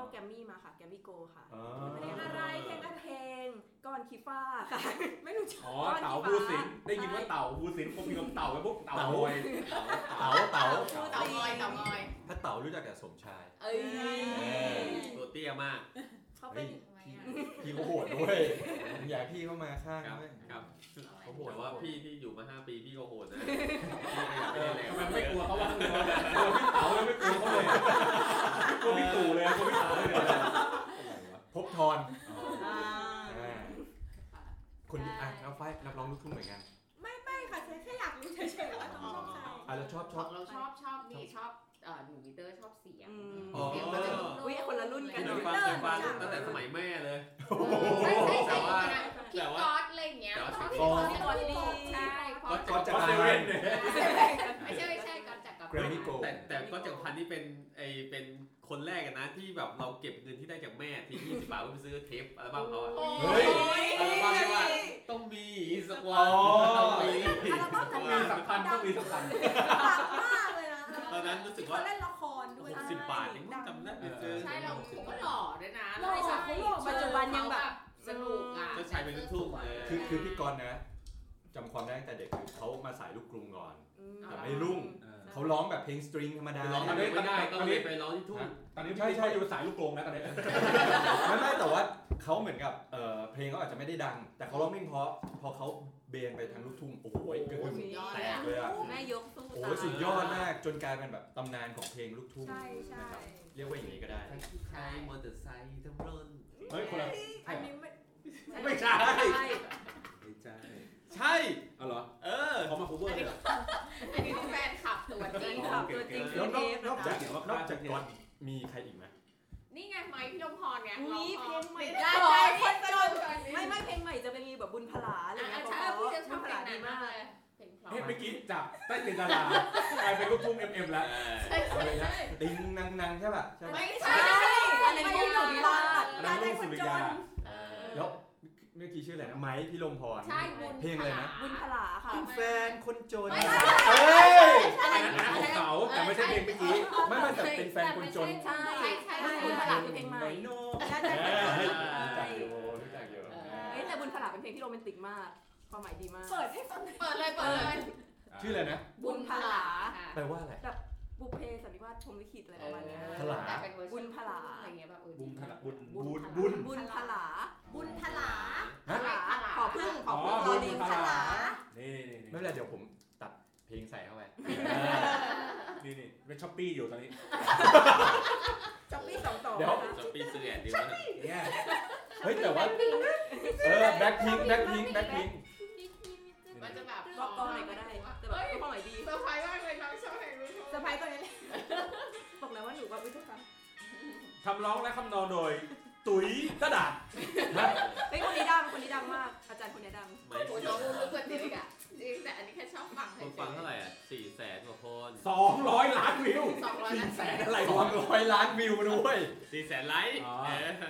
แกรมมี่มาค่ะแกรมมี่โกค่ะอ๋อเพลงอะไรเพลงเพลงก้อนคีฟ้าค่ะไม่รู้จักอ๋อเต่าภูสินทร์ได้ยินว่าเต่าภูสินทร์คงมีคำเต่าไปปุ๊บเต่าลอยเต๋าเต๋าเต่างอยเต่างอยถ้าเต๋ารู้จักแต่สมชายเอ้ยตัวเตี้ยมากเขาเป็นพี่เขาโหดด้วยอยากพี่เข้ามาข้างครับด้วยครับเขาโหดแต่ว่าพี่ที่อยู่มาห้าปีพี่ก็โหดนะพี่ก็อยากเอได้อแรงทำไมไม่กลัวเขาวะกลัวพี่เต๋าเลยไม่กลัวเขาเลยกลัวพี่ตู่เลยกลัวพี่เต๋าเลยภพทรอ่าอ่าคนอ่ะน้องไฟนักร้องลูกทุ่งเหมือนกันไม่ไม่ค่ะแค่แค่อยากรู้เฉยๆว่าต้องชอบใครอ่ะแล้วชอบชขออบ งเราชอบชอบนี่ชอบเอ่อหนูวิเตอร์ชอบเสียงอืมอ๋อเสียงมันจะอุ๊ยคนละรุ่นกันเคยฟังเคยฟังตั้งแต่สมัยแม่เลยใช่ใช่แต่ใช่ว่าพี่ก๊อตอะไรอย่างเงี้ยแต่ว่าชอบอ๋พี่อก๊อตที่ก๊อตดีใช่ก็ก็จะเซเว่นเนี่ยไม่ใช่ไม่ใช่ก๊อตจากกับแกรมมี่โกแต่แต่ก็จักรพันธ์นี่เป็นไอเป็นคนแรกกันนะที่แบบเราเก็บเงินที่ได้จากแม่ที่ยี่สิบบาทเพื่อไปซื้อเทปอัลบั้มเขาอะเฮ้ยอัลบั้มที่ว่าต้องมีสักวันอ๋อต้องมีอัลบั้มต้องนั้มีนสำคัญต้องมีสำคัญดังมากเลยนะตอนนั้นรู้สึกเขาว่าเล่นละครด้วยหกสิบบาทยังจำได้ไปซื้อใช่เราผมก็หล่อด้วยนะหล่อเขาหล่อปัจจุบันยังแบบสนุกอ่ะเจ้าชายเป็นลูกทุ่งเลยคือคือพี่กรณ์นะจำความได้ตั้งแต่เด็กคือเขามาสายลูกกรุงก่อนอืมแต่ไม่รุ่ง เขาร้องแบบเพลงสตริงธรรมดาร้องไม่ไม่ได้ต้องเลยไปร้องที่ทุ่งตอนนี้พี่ชายอยู่สายลูกกรงนะตอนนี้ไม่แต่ว่าเขาเหมือนกับเอ่อเพลงเขาอาจจะไม่ได้ดัง แต่เขาร้องเพลงเพราะพอเขาเบนไปทางลูกทุ่งโอ้โหกระหึ่มแตกเลยอ่ะแม่ยกสู้โอ้โหสุดยอดมากจนกลายเป็นแบบตำนานของเพลงลูกทุ่งใช่ใช่เรียกว่าอย่างนี้ก็ได้ใช้มอเตอร์ไซค์ทำรนเฮ้ยคนละอันนี้ไม่ไม่ใช่ใช่ไม่ใช่ใช่เอาเหรอเออเขามาคูเวอร์เลยเหรออันนี้แฟนคลับตัวจริงขับตัวจริงแล้วนอกเทปนอกนะจากคะนอกจากกรณ์มีใครอีกไหมนี่ไงไมค์พี่ลมพรไงอุ๊ยเพลงใหม่ได้ใจคนจนไม่ไม่เพลงใหม่จะเป็นมีแบบบุญพลาอะไรอ่ะเงี้ยใช่เพราะพี่จะชบุอบญพเพลลาง ดีนั้นมามาก กเลยเพลงเพราะเฮ้ยเมื่อกี้จับใต้เป็นดารากลายเป็นลูกทุ่งเอ็มเอ็มแล้วใช่ใช่ใช่ติงนังนังใช่ป่ะใช่ปะไม่ใช่ใช่อันนั้นกุ้งสุธิราชอันนั้นลูกสุริยาแล้วเมื่อกี้ชื่ออะไรนะไม้พี่ลมพรใช่บุญเพลงอะไรนะบุญพลาค่ะแฟนคนจนไม่ใช่เอ้ยอันนั้นอันนั้นของเขาแต่ไม่ใช่เพลงเมื่อกี้ไม่ไม่แต่เป็นแฟนคนจนใช่ใช่ใช่บุญพลาคือเพลงใหม่โน้ใช่ใช่ใช่เฮ้ยใช่รู้จักอยู่รู้จักอยู่เฮ้ยแต่บุญพลาเป็นเพลงที่โรแมนติกมากความหมายดีมากเปิดให้ฟังเปิดเลยเปิดเลยชื่ออะไรนะบุญพลาแปลว่าอะไรบุพเพสันนิวาสพรหมลิขิตอะไรประมาณเนี้ยพลาแต่เป็นเวอร์ชันบุญพลาอะไรเงี้ยแบบเออบุญพละบุญบุบุญญบุญบุญพลาบุญพลาฮะพลาขอพึ่งขออ๋อพึ่งรบุอญลิงพพลาลานี่นี่ไม่เป็นไรเดี๋ยวผมตัดเพลงใส่เข้าไปนี่นี่เป็นช้อปปี้อยู่ตอนนี้จ็อบบี้สองต่อเดี๋ยวจะปีซื้อแอนดีวะเนี่ยเฮ้ยแต่ว่าเออแบ็คพิงแบ็คพิงแบ็คพิงมันจะแบบก็ก็ไหนก็ได้แต่แบบความหมายดีเซอร์ไพรส์มากเลยน้องชอบเพลงรู้เซอร์ไพรส์ตัวนี้เลยบอกแล้วว่าหนูแบบไม่ทุกครั้งคำร้องและคำนองโดย ตุ๋ยตะดาดเฮ้ยคนนี้ดังคนนี้ดังมากอาจารย์คนนี้ดังไม่โอ้ยน้องรู้ลึกกว่านี้อีกอ่ะจริงแต่อันนี้แค่ชอบฟังคนฟังเท่าไหร่อ่ะสี่แสนกว่าคนสองร้อยล้านวิวสองร้อยสี่ล้านแสนอะไรสอวะงร้อยล้านวิวด้วยสี่แสนไลค์อ๋อเออ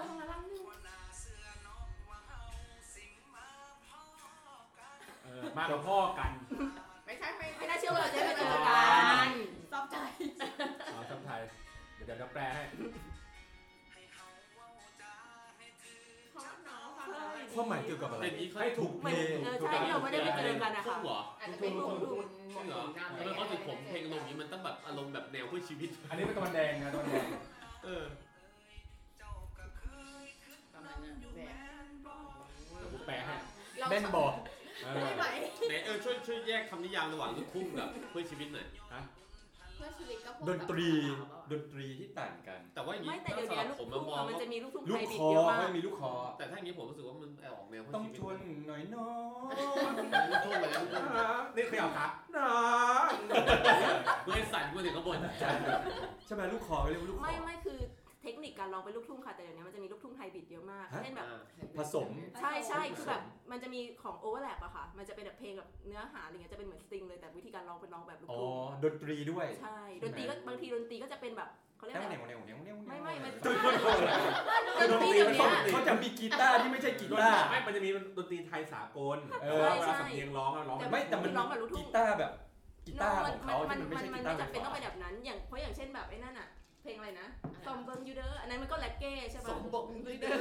เออมากับพ่อกันไม่ใช่ไม่ไม่น่าเชื่อว่าเราจะได้ไปเจอกันชอบใจอ๋อทับไทยเดี๋ยวเดี๋ยวจะแปลให้เพราะน้องฟังแล้วความหมายเกี่ยวกับอะไรอย่างนี้เขาให้ถูกเหมือนเออใช่ที่เราไม่ได้ไปเจอกันนะทุ่คะงเหรออาจจะเป็นบุญบุญจริงเหรอทำไมเขาถึงผมเพลงลงนี้มันต้องแบบอารมณ์แบบแนวเพื่อชีวิตอันนี้เป็นตะวันแดงนะตะวันแดงเออประมาณนั้นแบบเดี๋ยวกูแปลให้แม่นบอกเออได้ไหมไหนเออช่วยช่วยแยกคำนิยามระหว่างลูกทุ่งกับเพื่อชีวิตหน่อยเพื่อชีวิตก็พวกดนตรีดนตรีที่ต่างกันแต่ว่าอย่างนี้ไม่แต่เดี๋ยวสำหนี้รับลูกผมทุ่มาง มองมันว่าจะมีลูกทุ่งลูไทกยบิคดอเยอะมากไม่มีลูกคอแต่ถ้าอย่างนี้ผมรู้สึกว่ามันออกแนวเพื่อต้องชีวิตชนหน่อยน้อลูกทุ่งเลยลูกทุ่งนี่ขยับขานะเพื่อให้สั่นมาถึงข้างบนใช่ไหมลูกคอเรียกว่าลูกคอไม่ไม่คือเทคนิคการร้องเป็นลูกทุ่งค่ะแต่เดี๋ยวนี้มันจะมีลูกทุ่งไทยบิดเยอะมากฮะเช่นแบบผสมใช่ใช่คือแบบมันจะมีของโอเวอร์แลปอะค่ะมันจะเป็นแบบเพลงกับเนื้อหาอะไรเงี้ยจะเป็นเหมือนสตริงเลยแต่วิธีการร้องเป็นร้องแบบลูกอ๋อทุ่งดนตรีด้วยใช่ดนตรีก็บางทีดนตรีก็จะเป็นแบบเขาเรียกแนวอะไรแนวแนวแนวแนวไม่ไม่มันดนตรีดนตรีเดี๋ยวนี้เขาจะมีกีตาร์ที่ไม่ใช่กีตาร์ไม่มันจะมีดนตรีไทยสากลเอเอออเวลาสำเนียงร้องอะร้องแต่ไม่แต่มันร้องแบบลูกทุ่กีงตาร์แบบกีตาร์ของเขามัที่มันไม่ใช่มักีนตาไม่ร์ไฟจำเป็นต้องฟ้าเป็นแบบนั้นอย่างเพราะอย่างเช่นแบบไอ้นั่นอะเพลงอะไรนะซอมเบิงยูเดอร์อันนั้นมันก็แรปเก้ใช่ปะสมบอกยูเดอร์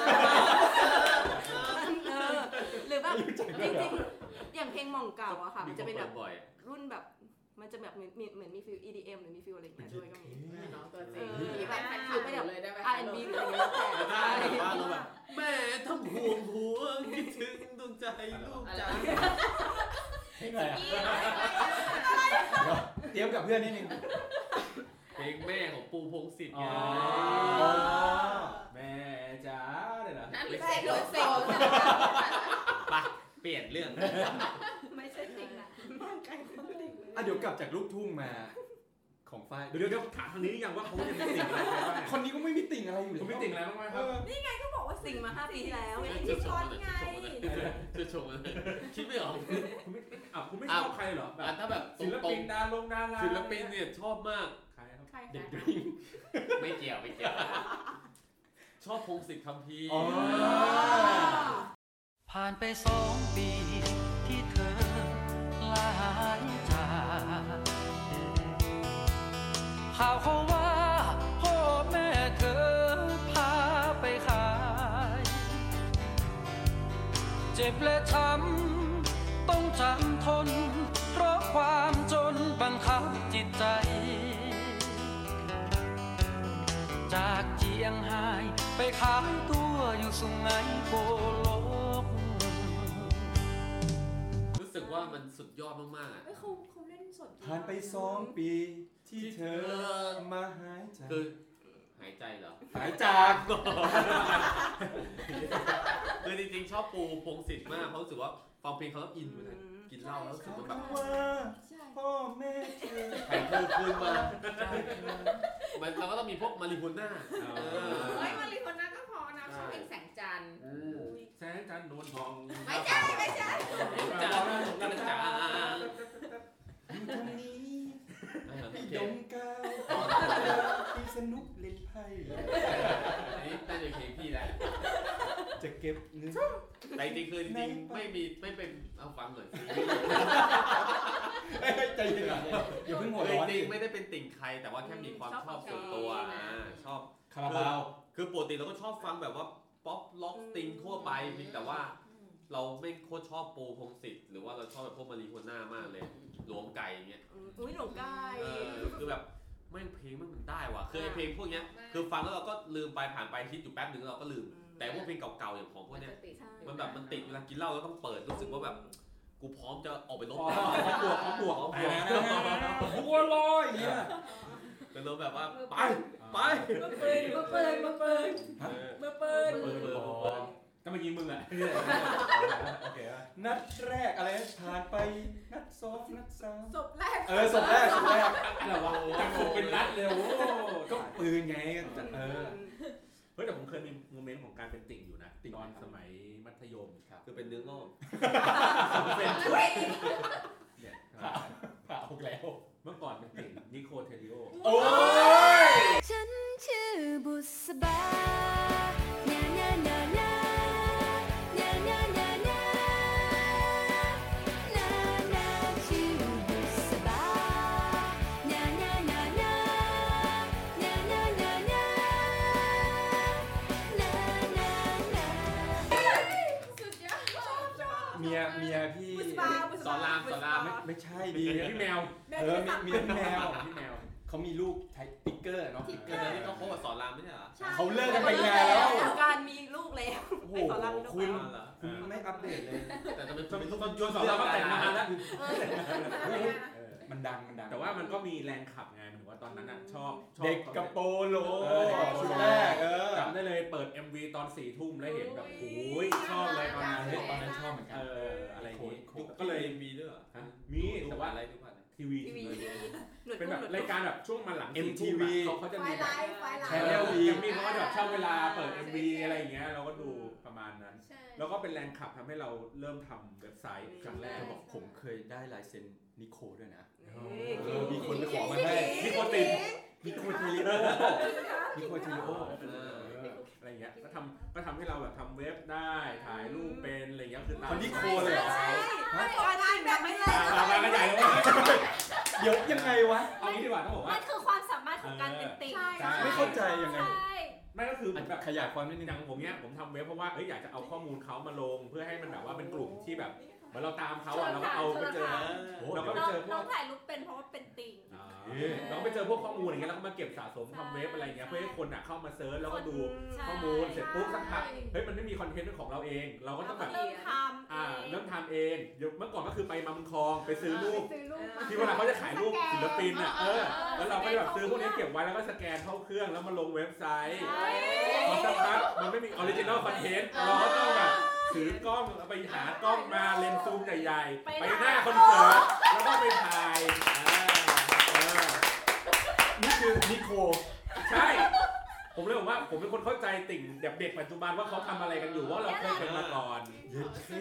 หรือแบบจริงๆอย่างเพลงหม่องเก่าอะค่ะมันจะเป็นแบบบ่อยรุ่นแบบมันจะแบบมีเหมือนมีฟิล อี ดี เอ็ม หรือมีฟิลอะไรอย่างเงี้ยด้วยก็มีน้องตัวจริงเออมีแบบแฟนคลับอยู่เลยได้ไหมอาร์ แอนด์ บี หรืออะไรเงี้ยแล้วแต่ได้แบบว่าเราแบบแม่ทั้งห่วงห่วงคิดถึงดวงใจลูกจ๋าเพลงอะไรอ่ะเตรียมกับเพื่อนนิดนึงเพลงแม่ของปูพงศิษฐ์ไงแม่จ๋าเลยนะนั่นเซ็กรถเซ็กไปเปลี่ยนเรื่องไม่ใช่เพลงนะอ่ะเดี๋ยวกลับจากลูกทุ่งมาของฝ้ายเดี๋ยวเดี๋ยวถามทางนี้ยังว่าเขาจะมีติ่งอะไรบ้างคนนี้ก็ไม่มีติ่งอะไรอยู่คุณมีติ่งอะไรบ้างไหมครับก็บอกว่าสิ่งมาห้าปีที่แล้วไงจุดชมเลยจุดชมเลยคิดไม่ออกคุณไม่อ่ะคุณไม่ชอบใครเหรอแบบอ่ะถ้าแบบตศิลรปิงนดาลงดาราๆศิลปินเนี่ยชอบมากใครครับใครเด็กคะดริงไม่เกี่ยวไม่เกี่ยว ชอบพงศิษฐ์คัมภีร์อ๋อผ่านไปสองปีที่เธอลาหายจากข่าวเขาว่าพ่อแม่เธอพาไปขายเจ็บและช้ำต้องจำทนเพราะความจนบังคับจิตใจจากเจียงไฮ้ไปขายตัวอยู่สุไหงโกลกรู้สึกว่ามันสุดยอดมากๆอ่ะเอ้ยเขาเขาเล่นสดดีผ่านไปสองปีที่เธอมาหายใจคือหายใจเหรอหายจากคือจริงๆชอบปูพงศิษฐ์มากเพราะรู้สึกว่าฟังเพลงเขาแล้วอินเหมือนกันกินเหล้าแล้วรู้สึกมันแบบว่าใช่พ่อแม่เธอไข่เธอคืนมามันเราก็ต้องมีพวกมาริโฮน่าเฮ้ยมาริโฮน่าก็พอนะชอบเพลงแสงจันทร์แสงจันทร์นวลทองไม่ใช่ไม่ใช่จ๋าจ๋าอยู่ตรงนี้โอให้เคดมกาวที่สนุกเล่นไพ่อันนี้น่าจะเพลงพี่แล้วจะเก็บเงินแต่จริงๆคือจริงๆไม่มีไม่เป็นเอาฟังหน่อยสิใจเย็นๆอย่าเพิ่งหัวร้อนจริงๆไม่ได้เป็นติ่งใครแต่ว่าแค่มีความชอบส่วนตัวอ่าชอบคาราบาวคือปกติเราก็ชอบฟังแบบว่าป๊อปล็อกสติงทั่วไปเพียงแต่ว่าเราไม่โคตรชอบปูพงศิษฐ์หรือว่าเราชอบแบบพวกมาริโฮน่ามากเลยหลวงไก่อย่างเงี้ยอุ้ยหลงไก่เออคือแบบแม่งเพลงมันมันได้ว่ะคือไอเพลงพวกเนี้ยคือฟังแล้วเราก็ลืมไปผ่านไปคิดอยู่แป๊บนึงเราก็ลืมแต่พวกเพลงเก่าๆอย่างของพวกเนี้ยใช่มันแบบมันติดเวลากินเหล้าแล้วต้องเปิดรู้สึกว่าแบบกูพร้อมจะออกไปลบพร้อมบวกพร้อมบวกพร้อมไปบวกบัวลอยอย่างเงี้ยเป็นรถแบบว่าไปไปมือปืนมือปืนมือปืนเออมือปืนเปิดเปิดเปิดก็มายิงมึงอ่ะโอเคป่ะนัดแรกอะไรผ่านไปนัดสองนัดสามศพแรกเออศพแรกศพแรกอะไรวะจังหวะเป็นนัดเลยโอ้ก็ปืนไงเออเฮ้ยแต่ผมเคยมีโมเมนต์ของการเป็นติ่งอยู่นะตอนสมัยมัธยมคือเป็นเนื้องอกเนี่ยผ่าออกแล้วเมื่อก่อนเป็นติ่งนิโคเทริโอโอ้ยฉันชื่อบุษบาญาญาญาญาญาญาญาญาญาญาชื่อบุษบาญาญาญาญาญาญาญาญาญาญาญาสุดยอดเมียเมียพี่บุษบาบุษสอนรามสอนรามไม่ไม่ใช่ดีพี่แมวแม่เออมีมีพี่แมวพี่แมวเขามีลูกไทติ๊กเกอร์เนาะเกิดอะไรที่เขาโค้ชสอนรามไม่ใช่เหรอเขาเลิกกันไปนานแล้วการมีลูกแล้วโอ้โหไปสอนรามมีลูกคุณแล้วเหรอคุณไม่อัปเดตเลยแต่ทำไมตอนเป็นลูกตอนโยนสองเราก็แต่งงานแล้วเออมันดังมันดังแต่ว่ามันก็มีแรงขับไงหมายถึงว่าตอนนั้นอ่ะชอบชอบเด็กกระโปโลเออชุดแรกเออจำได้เลยเปิด เอ็ม วี ตอนสี่ทุ่มแล้วเห็นแบบโอ้ยชอบเลยตอนนั้นเฮ้ยตอนนั้นชอบเหมือนกัเอน ออะไรอย่างงี้โคตรก็เลยมีด้วยเหรอฮะมีแต่ว่าอะไรทุกวันทีวีทีวีหนวดเป็นแบบหวดรายการแบบช่วงมาหลังเอ็มสี่ทีทุ่มวีอะเขาเขาจะไฟมีไลแบบฟ์ไฟไลแชฟ์นแนลเอ็มวีเขาก็จะแบบเช่าเวลาเปิด เอ็ม วี อะไรอย่างเงี้ยเราก็ดูประมาณนั้นใช่แล้วก็เป็นแรงขับทำให้เราเริ่มทำเว็บไซต์ครั้งแรกจะบอกผมเคยได้ลายเซ็นนิโคด้วยนะเฮ้เอย อมีคนไปขอมาให้นิโคตินนิโคเทลิโอนิโคเทลิโอเอออะไรเงี้ยก็ทำก็ทำให้เราแบบทำเว็บได้ถ่ายรูปเป็นอะไรเงี้ยคือตามคนนิโคเลยเหรอใช่การจริงแบบไม่ได้ตามมากันใหญ่เลยเดี๋ยวยังไงวะเอางี้ดีกว่าต้องบอกว่ามันคือความสามารถของการเป็นติ่งใช่ไม่เข้าใจยังไงใช่ไม่ก็คือเหมือนแบบขยายความนิดนึงอย่างผมเนี้ยผมทำเว็บเพราะว่าเอ้ยอยากจะเอาข้อมูลเขามาลงเพื่อให้มันแบบว่าเป็นกลุ่มที่แบบเหมือนเราตามเขาอ่ะเราก็เอาไปเจอเราก็ไปน้องเจอพน้วอก งถ่ายรูปเป็นเพราะว่าเป็นติ่งเราก็ไปเจอพวกข้อมูลอย่างเงี้ยแล้วก็มาเก็บสะสมทำเว็บอะไรเงี้ยเพื่อให้คนอ่ะเข้ามาเซิร์ชแล้วก็ดูใช่ข้อมูลเสร็จปุ๊บสักพักเฮ้ยมันไม่มีคอนเทนต์ของเราเอง เราก็ต้องแบบเริ่มทำอ่าเองเริ่มทำเองเดี๋ยวเมื่อก่อนก็คือไปมาบุญคลองไปซื้อรูปไปซื้อรูปมาที่เวลาเขาจะขายรูปศิลปินอ่ะเออแล้วเราก็จะแบบซื้อพวกนี้เก็บไว้แล้วก็สแกนเข้าเครื่องแล้วมาลงเว็บไซต์พอสักพักมันไม่มีออริจินอลคอนเทนต์เราก็ต้องแบบถือกล้องไปหากล้องมาเลนส์ซูมใหญ่ๆไปหน้าคอนเสิร์ตแล้วก็ไปถ่ายเออนี่คือนิโคใช่ ผมเลยบอกว่าผมเป็นคนเข้าใจติ่งเด็กปัจจุบันว่าเขาทำอะไรกันอยู่ว่าเราเคยเป็นมาก่อนเย็ดเท่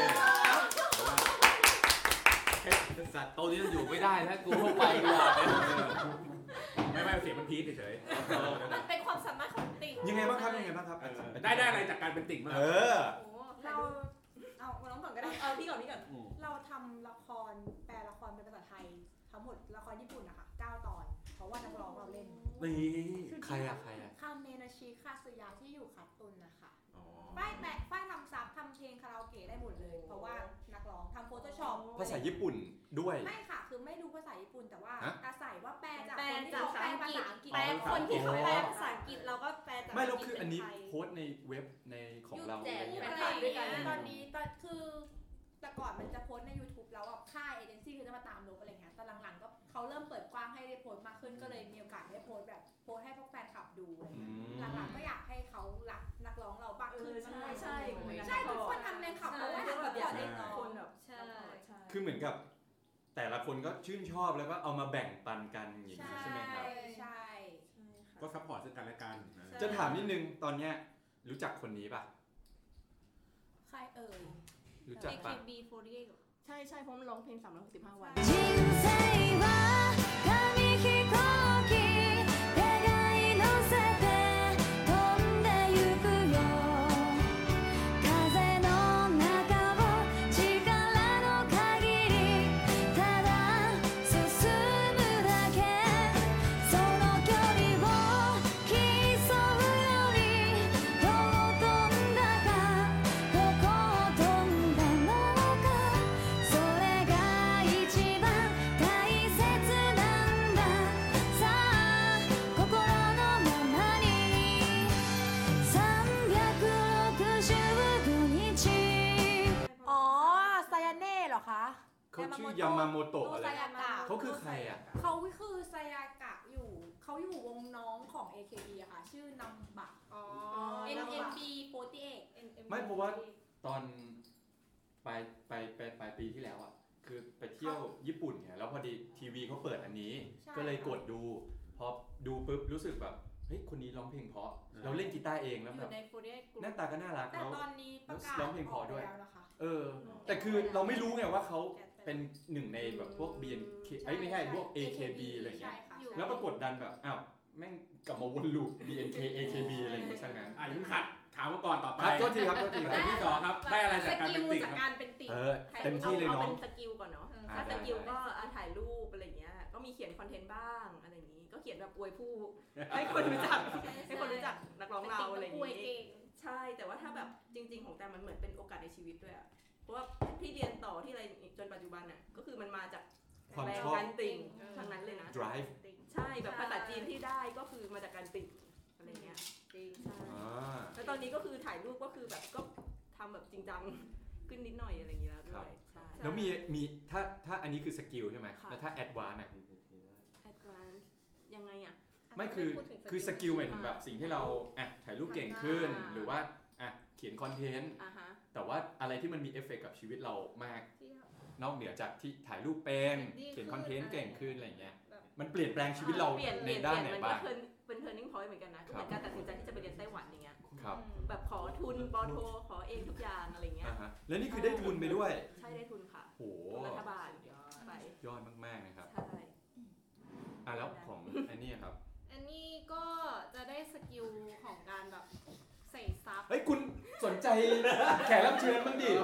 สัตว์โตนี้อยู่ไม่ได้ถ้ากูเข้าไปดีกว่าไม่ไม่เสียงมันพีคเฉยมันเป็นความสามารถของติ่งยังไงบ้างครับยังไงบ้างครับๆได้ได้อะไรจากการเป็นติ่งมางเออโอ้โหเราเอาน้องก่อนก็ได้เออพี่ก่อนพี่ก่อนเราทำละครแปลละครเป็นภาษาไทยทั้งหมดละครญี่ปุ่นนะคะเก้าตอน เพราะว่านักร้องเราเล่นนี่ใครอะใครอะคาเมนาชิคาสึยะที่อยู่คัตตุนนะคะฝ้ายแปะฝ้ายทำซับทำเพลงคาราโอเกะได้หมดเลย เพราะว่านักร้องทำโฟโต้ช็อปภาษาญี่ปุ่นด้วยไม่ค่ะ คือไม่รู้ภาษาญี่ปุ่นแต่ว่าฮะอาศัยว่าแปลจากแปลคนที่จากเขาภาแปลษาภาอังกฤษษาอังกฤษแปลคนที่เขาแปลภาษาอังกฤษเราก็แปลจากไม่แล้วคืออันนี้เป็ไทยโพสต์ในเว็บในของเราแจกแฟนคลับด้วยกันตอนนี้ตอนคือแต่ก่อนมันจะโพสต์ใน YouTube แล้วแบบค่ายเอเจนซี่เขาจะมาตามลบอะไรเงี้ยแต่หลังๆก็เขาเริ่มเปิดกว้างให้ได้โพสต์มากขึ้นก็เลยมีโอกาสได้โพสต์แบบโพสต์ให้พวกแฟนคลับดูอะไรอืเงี้ยมหลังๆก็อยากให้เขารักนักร้องเราบ้างขึ้นใช่ใช่ใช่ทุกคนทำแฟนคลับเพราะว่าแบบอยากให้ได้คนแบบใช่คือเหมือนกับ แต่ละคนก็ชื่นชอบแล้วก็เอามาแบ่งปันกันอย่างนี้ใช่ไหมครับใช่ก็ซัพพอร์ตซึ่งกันและกันจะถามนิดนึงตอนเนี้ยรู้จักคนนี้ป่ะใครเอ่ยรู้จักเอป่ะเคบีโฟร์ตี้เอ็ดใช่ใช่เพราะมันร้องเพลงสามร้อยหกสิบห้าวัน人生は紙飛行機手がい乗せて飛んでゆくよ風の中を力の限りただ進むだけその距離を競うよりどう飛んだかどこを飛んだのかそれが一番大切なんださあ心のままにさんびゃくろくじゅうごにちอ๋อไซยาเน่เหรอคะเขาชื่อยามาโมโตะอะไรไซยากะเขาคือใครอ่ะเขาคือไซยากะอยู่เขาอยู่วงน้องของ เอ เค บี อะค่ะ ชื่อนัมบะอ๋อเอ็น เอ็ม บี โฟร์ตี้เอ็ดไม่เพราะว่า ตอนปลายปลายปลายปลายปีที่แล้วอ่ะคือไปเที่ยวญี่ปุ่นไงแล้วพอดีทีวีเขาเปิดอันนี้ใช่ก็เลยกดดูพอดูปุ๊บรู้สึกแบบเฮ้ยคนนี้ร้องเพลงเพราะเราเล่นกีตาร์เองแล้วอแบยู่บในโฟร์ดี้กลุ่หน้าตาก็น่ารักแต่แล้วตอนนี้ประกาศร้องเพลงเพราะด้วยออกไปแล้วนะคะเออ แต่คือเราไม่รู้ไงว่าเขาเป็นหนึ่งในแบบพวก บี เอ็น เค เอ้ยไม่ใช่พวก เอ เค บี อะไรเงี้ยใช่ค่ะแล้วปรากฏดันแบบอ้าวแม่งกลับมาวนลูป บี เอ็น เค เอ เค บี อะไรอย่างเงี้ยซะงั้นอ่ะยังขัดถามมาก่อนต่อไปครับโทษทีครับโทษทีคแต่รับที่สองครับได้อะไรจากการเป็นติ่งจากครับการเป็นติ่งเออเต็มที่เลยเอาน้องเป็นสกิลก่อนเนาะอ่าถ้าได้สกิลได้ก็อ่ะถ่ายรูปอะไรเงี้ย ก็มีเขียนคอนเทนต์บ้างอะไรอย่างนี้ ก็เขียนแบบอวยผู้ ให้คนรู้จัก ให้คนรู้จักนักร้องเราอะไรอย่างป่วยนี้เก่งใช่ แต่ว่าถ้าแบบจริง ๆ ของแต่มันเหมือนเป็นโอกาสในชีวิตด้วยอะเพราะว่าที่เรียนต่อที่อะไรจนปัจจุบันน่ะ ก็คือมันมาจากความแรงชอบการติ่งทั้งนั้นเลยนะ drive ใช่แบบภาษาจีนที่ได้ก็คือมาจากการติ่งอะไรเงี้ยจริงใช่อ่าแล้วตอนนี้ก็คือถ่ายรูปก็คือแบบก็ทำแบบจริงจังขึ้นนิดหน่อยอะไรอย่างเงี้ยแล้วด้วยใช่แล้วมีมีถ้าถ้าอันนี้คือสกิลใช่ไหมค่ะแล้วถ้าแอดวานซ์อ่ะแอดวานซ์ยังไงอ่ะไม่คือคือสกิลหมายถึงแบบสิ่งที่เราอ่ะถ่ายรูปเก่งขึ้นอ่าหรือว่าอ่ะเขียนคอนเทนต์อ่าฮะแต่ว่าอะไรที่มันมีเอฟเฟกต์กับชีวิตเรามากที่นอกเหนือจากที่ถ่ายรูปเป็นดีขึ้นเขียนคอนเทนต์เก่งขึ้นอะไรอย่างเงี้ยแบบมันเปลี่ยนแปลงชีวิตเราเปลี่ยนในเปลี่ยนด้านเปไหนลี่ยนมันบ้าก็งคือเป็น turning point เหมือนกันนะก็เหมือนการตัดสินใจที่จะไปเรียนไต้หวันอย่างเงี้ยครับแบบขอทุนปอโทขอเองทุกอย่างอะไรเงี้ยอ่าฮะแล้วนี่คือได้ทุนไปด้วยใช่ได้ทุนค่ะโหทุนรัฐบาลไปยอดมากๆนะครับใช่อ่ะแล้วของอันนี้ครับอันนี้ก็จะได้สกิลของการแบบใส่ซับเฮ้ยคุณสนใจแขกรับเชิญบ้างดิ คุณ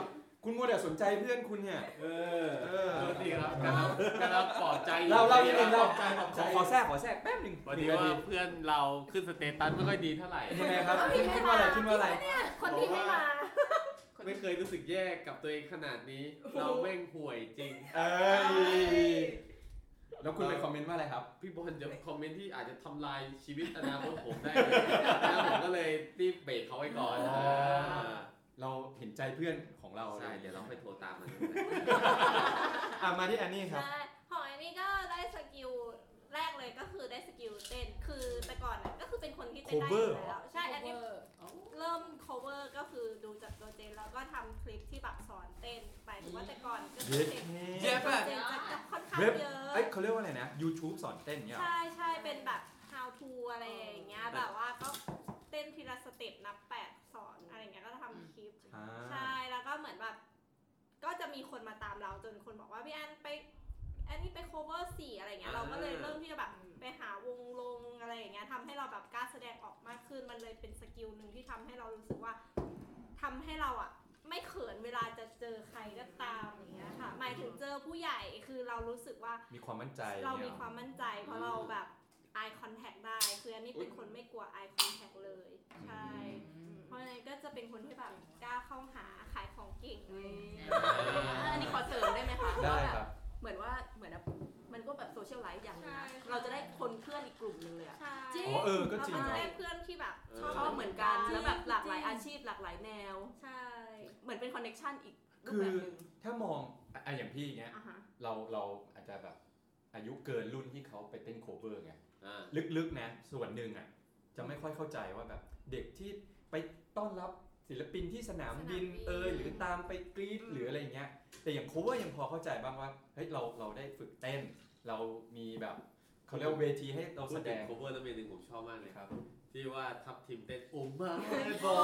คุณมัวแต่สนใจเพื่อนคุณเนี่ยเออเออโทษทีครับกำลังกำลังปลอบใจอยู่เราเรานิดนึงเราใจปลอบใจขอขอแทรกขอแทรกแป๊บหนึงพอดีว่าเพื่อนเราขึ้นสเตตัสไม่ค่อยดีเท่าไหร่ยังไงครับขึ้นว่าอะไรขึ้นว่าอะไรคนที่ไม่มาไม่เคยรู้สึกแย่กับตัวเองขนาดนี้ เราแม่งห่วยจริงเอ้ยแล้วคุณไปคอมเมนต์ว่าอะไรครับพี่บอลจะคอมเมนต์ที่อาจจะทำลายชีวิตอนาคตผมได้เลยแล้วผมก็เลยรีบเบรกเขาไว้ก่อนอ๋อเออเราเห็นใจเพื่อนของเราใช่เดี๋ยวเราไปโทรตามมันอ่ะมาที่แอนนี่ครับใช่ของอันนี้ก็ได้สกิลแรกเลยก็คือได้สกิลเต้นคือแต่ก่อนน่ะก็คือเป็นคนที่เต้นได้อยู่แล้วใช่อันนี้เริ่ม cover ก็คือดูจากตัวเจนแล้วก็ทำคลิปที่แบบสอนเต้นไปถือว่าแต่ก่อนก็คือเด็กเจ็บอะเจนจะค่อนข้างเว็บเยอะเอ้ยเขาเรียกว่าอะไรนะ YouTube สอนเต้นเนี่ยเหรอใช่ใช่เป็นแบบ how to อะไรอย่างเงี้ยแบบว่าก็เต้นทีละสเต็ปนับแปดสอนอะไรอย่างเงี้ยก็จะทำคลิปอ่าใช่แล้วก็เหมือนแบบก็จะมีคนมาตามเราจนคนบอกว่าพี่อันไปอันนี้ไป cover สี่อะไรเงี้ยเราก็เลยเริ่มที่จะแบบไปหาวงลงอะไรอย่างเงี้ยทำให้เราแบบกล้าแสดงออกมากขึ้นมันเลยเป็นสกิลหนึ่งที่ทำให้เรารู้สึกว่าทำให้เราอ่ะไม่เขินเวลาจะเจอใครก็ตามอย่างเงี้ยค่ะหมายถึงเจอผู้ใหญ่คือเรารู้สึกว่ามีความมั่นใจเรามีนี่ยความมั่นใจเพราะเราแบบ eye contact ได้คืออันนี้เป็นคนไม่กลัว eye contact เลยใช่เพราะฉะนั้นก็จะเป็นคนที่แบบกล้าเข้าหาขายของเก่งเลยอันนี้ขอเสริมได้ไหมคะได้ว่าแบครับบเหมือนว่าเหมือนแบบมันก็แบบโซเชียลไลฟ์อย่างหนึงนะใช่เราจะได้คนเพื่อนอีกกลุ่มหนึงเลยอะใช่อ๋อเออก็จริงเราเนาะได้เพื่อนที่แบบชอบชอบเหมือนกันจริงแล้วแบบหลากหลายอาชีพหลากหลายแนวใช่เหมือนเป็นคอนเนคชั่นอีกรูปคือแบบหนึ่งถ้ามองอ่ะอย่างพี่เงี้ยอ่ะฮะเราเราอาจจะแบบอายุเกินรุ่นที่เขาไปเต้นโคเวอร์ไงอ่าลึกๆนะส่วนหนึ่งอ่ะจะไม่ค่อยเข้าใจว่าแบบเด็กที่ไปต้อนรับศิลปินที่สนามบินเอยหรือตามไปกรี๊ดหรืออะไรเงี้ยแต่อย่างโคเวอร์ยังพอเข้าใจบ้างว่าเฮ้ยเราเราได้ฝึกเต้น เรามีแบบเขาเรียกว่าเวทีให้เราพูแสดดถึงง cover นั้นเป็นหนึ่งผมชอบมากเลยครับที่ว่าทับทีมเต้นโอ้มาบอย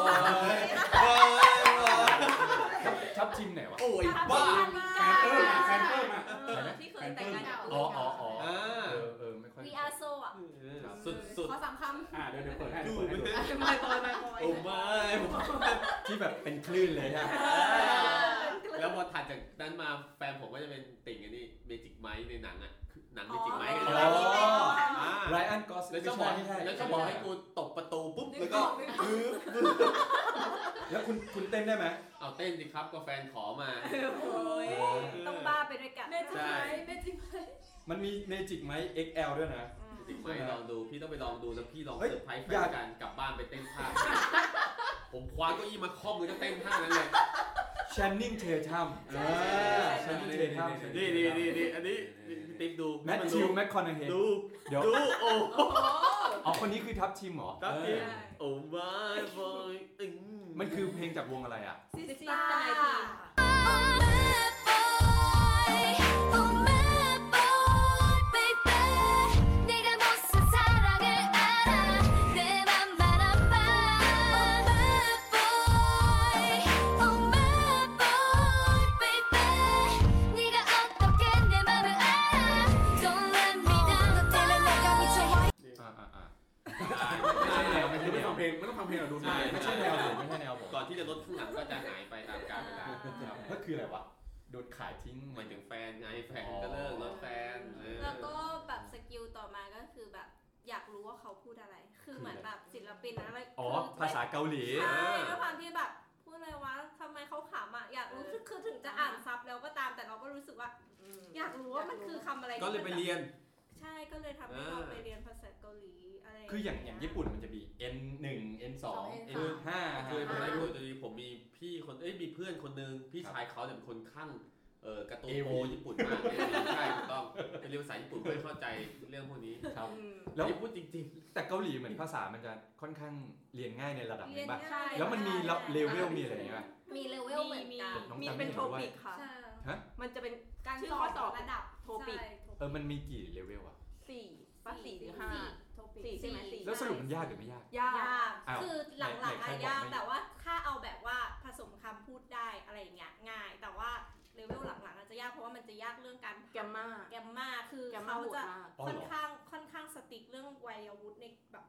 ทับทีมไหนวะโอ้ยบ้าแฟนเตอร์มาแฟนเตอร์มาเออที่เคยแต่งงานกับอ๋ออ๋ออ๋ออ่าเออเออไม่ค่อยวีอาร์โซอ่ะสุดสุดขอสามคอ่าเดี๋ยวเดี๋ยวเปิดให้ดูเดี๋ยวเปิดให้ดูไม่บอยไม่บอยโอ้ไม่ที่แบบเป็นคลื่นเลยฮะแล้วพอถัดจากนั้นมาแฟนผมก็จะเป็นติ่งอันนี้เมจิกไมค์ในหนังอ่ะหนังเมจิกไมค์กันอ๋ใช่ไหมออ่าไรอันกอสแล้วก็บอกไม่ใช่แล้วก็บอกให้กูตบประตูปุ๊บแล้วก็แล้วคุณคุณเต้นได้ไหมเอาเต้นสิครับก็แฟนขอมาโอ้ยต้องบ้าไปด้วยกันำเมจิกไหมเมจิกไหมมันมีเมจิกไหม เอ็กซ์ แอล ด้วยนะเมจิกไมค์ลองดูพี่ต้องไปลองดูแล้วพี่ลองเฮ้ยเซอร์ไพรส์แฟอยาน กกันกลับบ้านไปเต้นท่าผมคว้าเก้าอี้มาคล่อมเลยก็เต้นท่านั้นเลยชันนิงเททัมชันนิงเททัมนี่นี่นี่นี่อันนี้พี่ติ๊บดูแมทธิวแมคคอนเฮดูเดี๋ยวดูโอ้อ๋อคนนี้คือทัพทีมเหรอครับเอพี่อโอ้ไม่บอยอืมมันคือเพลงจากวงอะไรอ่ะซิสซิสตาตาร์ไนทีนค่ะอ่าอ่าอ่าไม่ใช่แนวไม่ใช่แนวเพลงไม่ต้องฟังเพลงหรอกดูหน้าไม่ใช่แนวผมไม่ใช่แนวผมก่อนที่จะลดข้างหลังก็จะหายไปตามกาลเวลาครับก็คืออะไรวะ โดนขายทิ้งหมายถึงแฟนไงแฟนก็เลิกลดแฟนเออแล้วก็แบบสกิลต่อมาก็คือแบบอยากรู้ว่าเขาพูดอะไร คือเหมือนแบบศิลปินอะไรอ๋อคือภาษาเกาหลีใช่ด้วยความที่แบบพูดอะไรวะทำไมเขาขำอ่ะอยากรู้คือคือถึงจะอ่านซับแล้วก็ตามแต่เราก็รู้สึกว่า อยากรู้ว่ามันคือคำอะไรก็เลยไปเรียนใช่ก็เลยทำให้เราไปเรียนภาษาเกาหลีอะไรคืออย่างอย่างญี่ปุ่นมันจะมี เอ็น หนึ่ง เอ็น สอง เอ็น ห้าคือผมได้ห้าพูดดีผมมีพี่คนเอ้ยมีเพื่อนคนนึงพี่ชายเขาเนี่ยเป็นคนข้างเออการ์ตูนเอโปวีญี่ปุ่นมากใช่ถูกต้องเรียนภาษาญี่ปุ่นเพื่อเข้าใจเรื่องพวกนี้ครับอืมแล้วนี่พูดจริงแต่เกาหลีเหมือนภาษามันจะค่อนข้างเรียนง่ายในระดับหเรีนึยงนป่ะง่ายแล้วมันมีเลเวลมีอะไรอย่างเงี้ยมีเลเวลเหมือนกันน้องมีจำเป็นไม่โทรู้ว่าปิกค่ะใช่ฮะมันจะเป็นการชื่อสอข้อน สอบระดับโทปิกใช่เออ มันมีกี่เลเวลอะสี่ป่ะสี่หรือห้าโทปิกสี่ใช่ไหมสี่แล้วสรุปมันยากหรือไม่ยากยากยากอ้าวคือหลังไหนๆใครอะบอกยากไม่แต่ว่าถ้าเอาแบบว่าผสมคำพูดได้อะไรอย่างเงี้ยง่าย แต่ว่าเลเวลหลังๆอาจจะยากเพราะว่ามันจะยากเรื่องการแกมมาแกมมาคือแกมมาเขาโหดจะมากอ๋อค่อนเหรอข้างค่อนข้างสติ๊กเรื่องวัยวุฒิในแบบ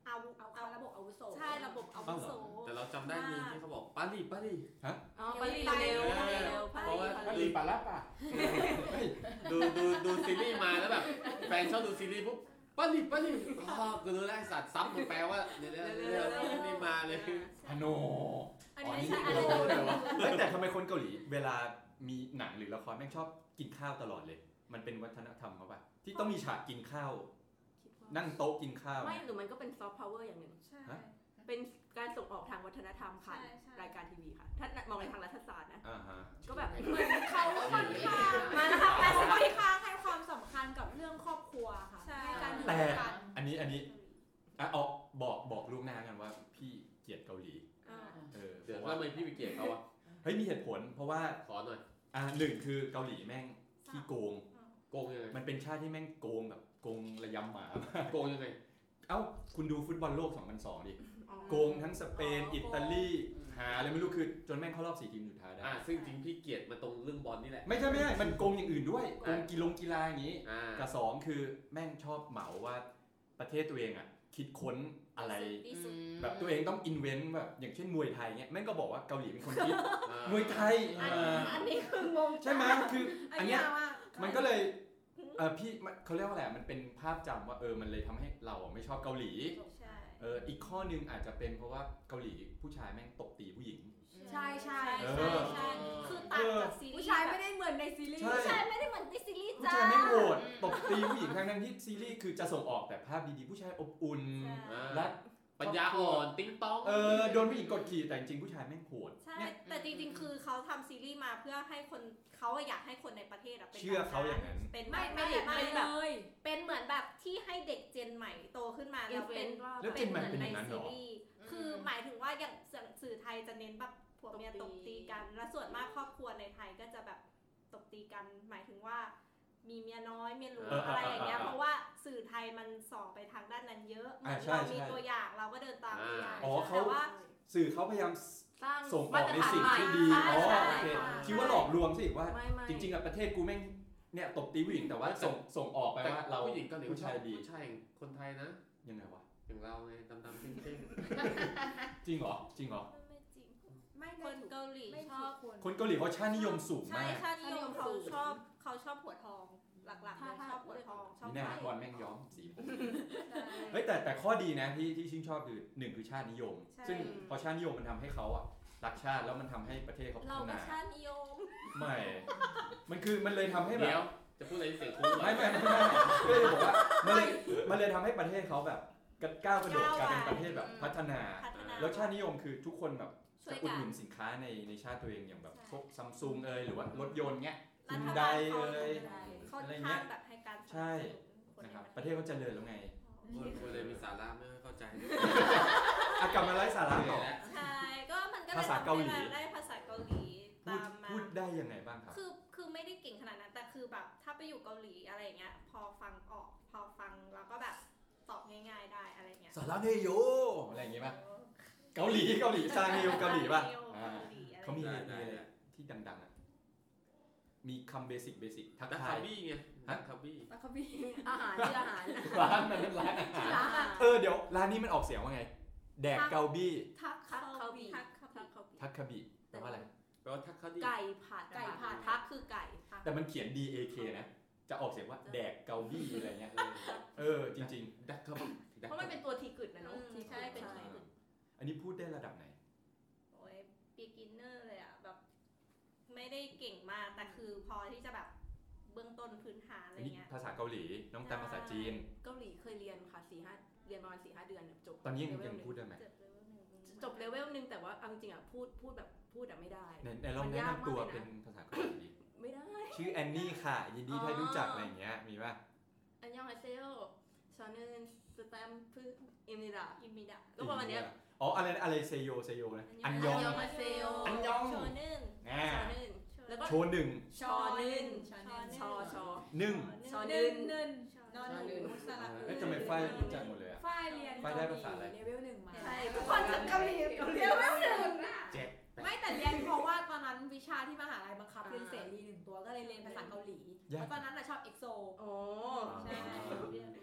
เอาเอาเอาระบบอาวุโสใช่ระบบอาวุโสแต่เราจำได้มีที่เขาบอกปารีปารีอ๋อปารีเร็วเร็วปาเพราะว่าปารีปาลับอ่ะดูดูดูซีรีส์มาแล้วแบบแฟนชอบดูซีรีส์ปุ๊บปารีปารีอ๋อกูรู้แล้วไอ้สัตว์ซับมันแปลว่าเดี๋ยวเดี๋ยวเดี๋ยวนี่มาเลยฮานโนอันนี้ไม่ใช่อะไรเฮ้ยแต่ทำไมคนเกาหลีเวลามีหนังหรือละครแม่งชอบกินข้าวตลอดเลย มันเป็นวัฒนธรรมเขาปะที่ต้องมีฉากกินข้าว นั่งโต๊ะกินข้าวไม่หรือมันก็เป็นซอฟต์พาวเวอร์อย่างหนึ่งใช่เป็นการส่งออกทางวัฒนธรรมผ่านใช่ใช่รายการทีวีค่ะ ถ้ามองในทางรัฐศาสตร์นะอ่าฮะก็แบบเหมือนเขาค่อนข้างมาค่ะแต่เขาค่อนข้างให้ความสำคัญกับเรื่องครอบครัวค่ะให้การอยู่แต่ด้วยกันอันนี้อันนี้อ่ะเอาบอกบอกลูกหน้ากันว่าพี่เกลียดเกาหลีอ่าเออเดี๋ยวเพราะทำว่าไมพี่ไปเกลียดเขาอะเฮ้ยมีเหตุผล เพราะว่าขอหน่อยอ่าหนึ่งคือเกาหลีแม่งขี้โกงโกงยังไงมันเป็นชาติที่แม่งโกงแบบโกงระยำหมาโกงยังไงเอ้าคุณดูฟุตบอลโลกสองพันสองดิ โกงทั้งสเปน อิตาลี หาอะไรไม่รู้คือจนแม่งเข้ารอบสี่ทีมสุดท้ายได้อ่าซึ่งจริงพี่เกลียดมาตรงเรื่องบอลนี่แหละไม่ใช่ไม่ใช่มันโกงอย่างอื่นด้วยโกงกีฬากีฬาอย่างนี้อ่ากับสองคือแม่งชอบเหมาว่าประเทศตัวเองอ่ะคิดค้นอะไรแบบตัวเองต้องอินเวนต์แบบอย่างเช่นมวยไทยเงี้ยแม่งก็บอกว่าเกาหลีเป็นคนคิดอ่ามวยไทยอันอ่าอันนี้คืองงใช่ไหมคืออัอันนนี้เนี้ยว่ามันก็เลยเออพี่มันเขาเรียกว่าอะไรมันเป็นภาพจำว่าเออมันเลยทำให้เราอ่ะไม่ชอบเกาหลีใช่เอออีกข้อหนึงอาจจะเป็นเพราะว่าเกาหลีผู้ชายแม่งตบตีผู้หญิงใช่ใช่เอใช่อใช่คือต่างจากซีรีส์ผู้ชายไม่ได้เหมือนในซีรีส์ใช่ผู้ชายไม่ได้เหมือนในซีรีส์ผู้จ้าชายแม่งโหดตบตีผู้หญิงทั้งนั้นที่ซีรีส์คือจะส่งออกแต่ภาพดีๆผู้ชายอบอุ่นอ่าและปัญญาอ่อนติ๊งต้องเออโดนผู้หญิงกดขี่แต่จริงๆผู้ชายแม่งโหดใช่เนี่ยแต่จริงๆ คือเขาทำซีรีส์มาเพื่อให้คนเขาอะอยากให้คนในประเทศอะเป็นเชื่อเขาอย่างนั้นเป็นไม่ไม่ไม่ไม่ไม่ไม่แบบเลย เป็นเหมือนแบบที่ให้เด็กเจนใหม่โตขึ้นมาแล้วเป็นแล้วเจนใหม่เป็นอย่างนั้นเหรอซีรีส์คือหมายถึงว่าอย่างสื่อไทยจะเน้นแบบผัวเมียตบตีกัน แล้วส่วนมากครอบครัวในไทยก็จะแบบตบตีกัน หมายถึงว่ามีเมียน้อยเมียหลวงเออเอออะไรอย่างเงี้ยเออเพราะว่าสื่อไทยมันส่อไปทางด้านนั้นเยอะเหมือ่าอนใช่เรามีใช่ตัวอย่างเราก็เดินตามตัวอย่างอ๋อเขาแต่ว่าสื่อเขาพยายามสร้างส่งออกในสิ่งที่ดีใช่อ๋อใช่โอเคใช่คิดว่าหลอกลวงสิว่าไม่ไม่จริงๆอะประเทศกูแม่งเนี่ยตบตีผู้หญิงแต่ว่าส่งส่งออกไปแต่ว่าเราผู้หญิงเกาหลีผู้ชายดีผู้ชายคนไทยนะยังไงวะอย่างเราไงดำๆเต้งจริงเหรอจริงเหรอไม่จริงไม่คนเกาหลีไม่ชชออบบคนคนเกาหลีเขาชาตินิยมสูงใช่มากชาตินิยมเขาชอบเขาชอบหัวทองหลักๆเลยชอบหัวทองชอบนี่แน่ไฟบอลแม่งย้อมสีผมใช่เฮ้ยแต่แต่ข้อดีนะที่ที่ชื่นชอบคือหนึ่งคือชาตินิยมใช่ซึ่งพอชาตินิยมมันทำให้เขาอะรักชาติแล้วมันทำให้ประเทศเขาพัเราฒก็นาชาตินิยมไม่ มันคือมันเลยทำให้ๆแบเดี๋ยวบจะพูดอะไรเสียงคุ้งไม่ไม่ไม่ไม่ก็เลยบอกว่ามันเลยมันเลยทำให้ประเทศเขาแบบก้าวกระโดดกลายเป็นประเทศแบบพัฒนาพัฒนาแล้วชาตินิยมคือทุกคนแบบช่วยจะกันอุดหนุนสินค้าในในชาติตัวเองอย่างแบบใช่พวกซัมซุงเอยหรือว่ารถยนต์เงี้ยรัคุฐณบาไดลเขาเอยค่อนอะไรเงี้ข้าย งแบบให้การสนับสนุนใช่คนนะในครับปประ ระเทเทศศเขาเจริญแล้วไงพูดเลยมีสาระไม่ค่อยเข้าใจอ่ะกลับมาไล่สาระต่อแล้วใช่ ก็มันก็เลยภาษาเกาหลีทำให้ได้ภาษาเกาหลีพูดตามมาพูดได้ยังไงบ้างครับคือคือไม่ได้เก่งขนาดนั้น แต่คือแบบถ้าไปอยู่เกาหลีอะไรอย่างเงี้ย พอฟังออก พอฟังแล้วก็แบบตอบง่ายๆได้อะไรเงี้ยสาระเนโยอะไรอย่างงี้ป่ะ เกาหลีเกาหลีซาเนโยเกาหลีป่ะอ่าเกาหลีอะไรเขามีอะไรได้มีอะไรได้ที่ดังๆอ่ะ มีคำเบสิกเบสิกทักดักทาคาย บี้ไงดักคาบี้แล้วก็มีอาหารชื่ออาหารร้านมันเป็นร้านอาหารร้านอะเออเดี๋ยวร้านนี้มันออกเสียงว่าไง แดกเกาบี้ทักทักเขาบีทักเขาทับีกเขาบีทักคาบิแปลว่าอะไรแปลว่าทักคาบี้ไก่ผัดไก่ผัดทักคือไก่แต่มันเขียน D A K นะ จะออกเสียงว่าแดกเกาบี้อะไรเงี้ย เออจริงดักคาบี้เพราะมันเป็นตัวทีกึดนะเนาะอืมใช่เป็นทีกึดๆ อันนี้พูดได้ระดับไหนโอ้ย beginner เลยอะแบบ ไม่ได้เก่งมาก แต่คือพอที่จะแบบเบื้องต้นพื้นฐานอะไรอันนี้เงี้ยภาษาเกาหลี น้องตามภาษาจีนเกาหลีเคยเรียนค่ะสี่ห้าเรียนประมาณสี่ห้าเดือนเนี่ยจบตอนนี้ยังเลเวยัลงหนึ่พูดได้ไหมเจ็บเลเวลหนึ่งจบเลเวลหนึ่งแต่ว่าเอาจริงๆอ่ะพูดพูดแบบพูดอ่ะไม่ได้ไหนไหนลองแนะนำตัวเป็นภาษาเกาหลีดิไม่ได้ชื่อแอนนี่ค่ะ ยินดีที่ได้รู้จักอะไรอย่างเงี้ย มีป่ะอันยองอาเซโยชอนเนนสแตมพือิมิดาอิมิดะก็ประมาณเนี้ยอ๋ออะไรอะไรเซโยเซโยนะ อันยองอาเซโยอันยองโชนึงอ่าชอนเนนแล้วก็โชว์หนึ่งชอนึนชอนึนชอชอหนึ่งชอนึนึนนนึนนอนหนูสระเอ้ยทำไมฝ้ายรู้จักหมดเลยอะฝ้ายเรียนฝ้ายได้ภาษาอะไรเลเวลหนึ่งมาใช่ทุกคนจากเกาหลีเลเวลหนึ่งเจ็ดไม่แต่เรียนเพราะว่าตอนนั้นวิชาที่มหาลัยบังคับเรียนเสรีหนึ่งตัวก็เลยเรียนภาษาเกาหลีเพราะตอนนั้นน่ะชอบเอ็กโซโอ้ใช่ไม่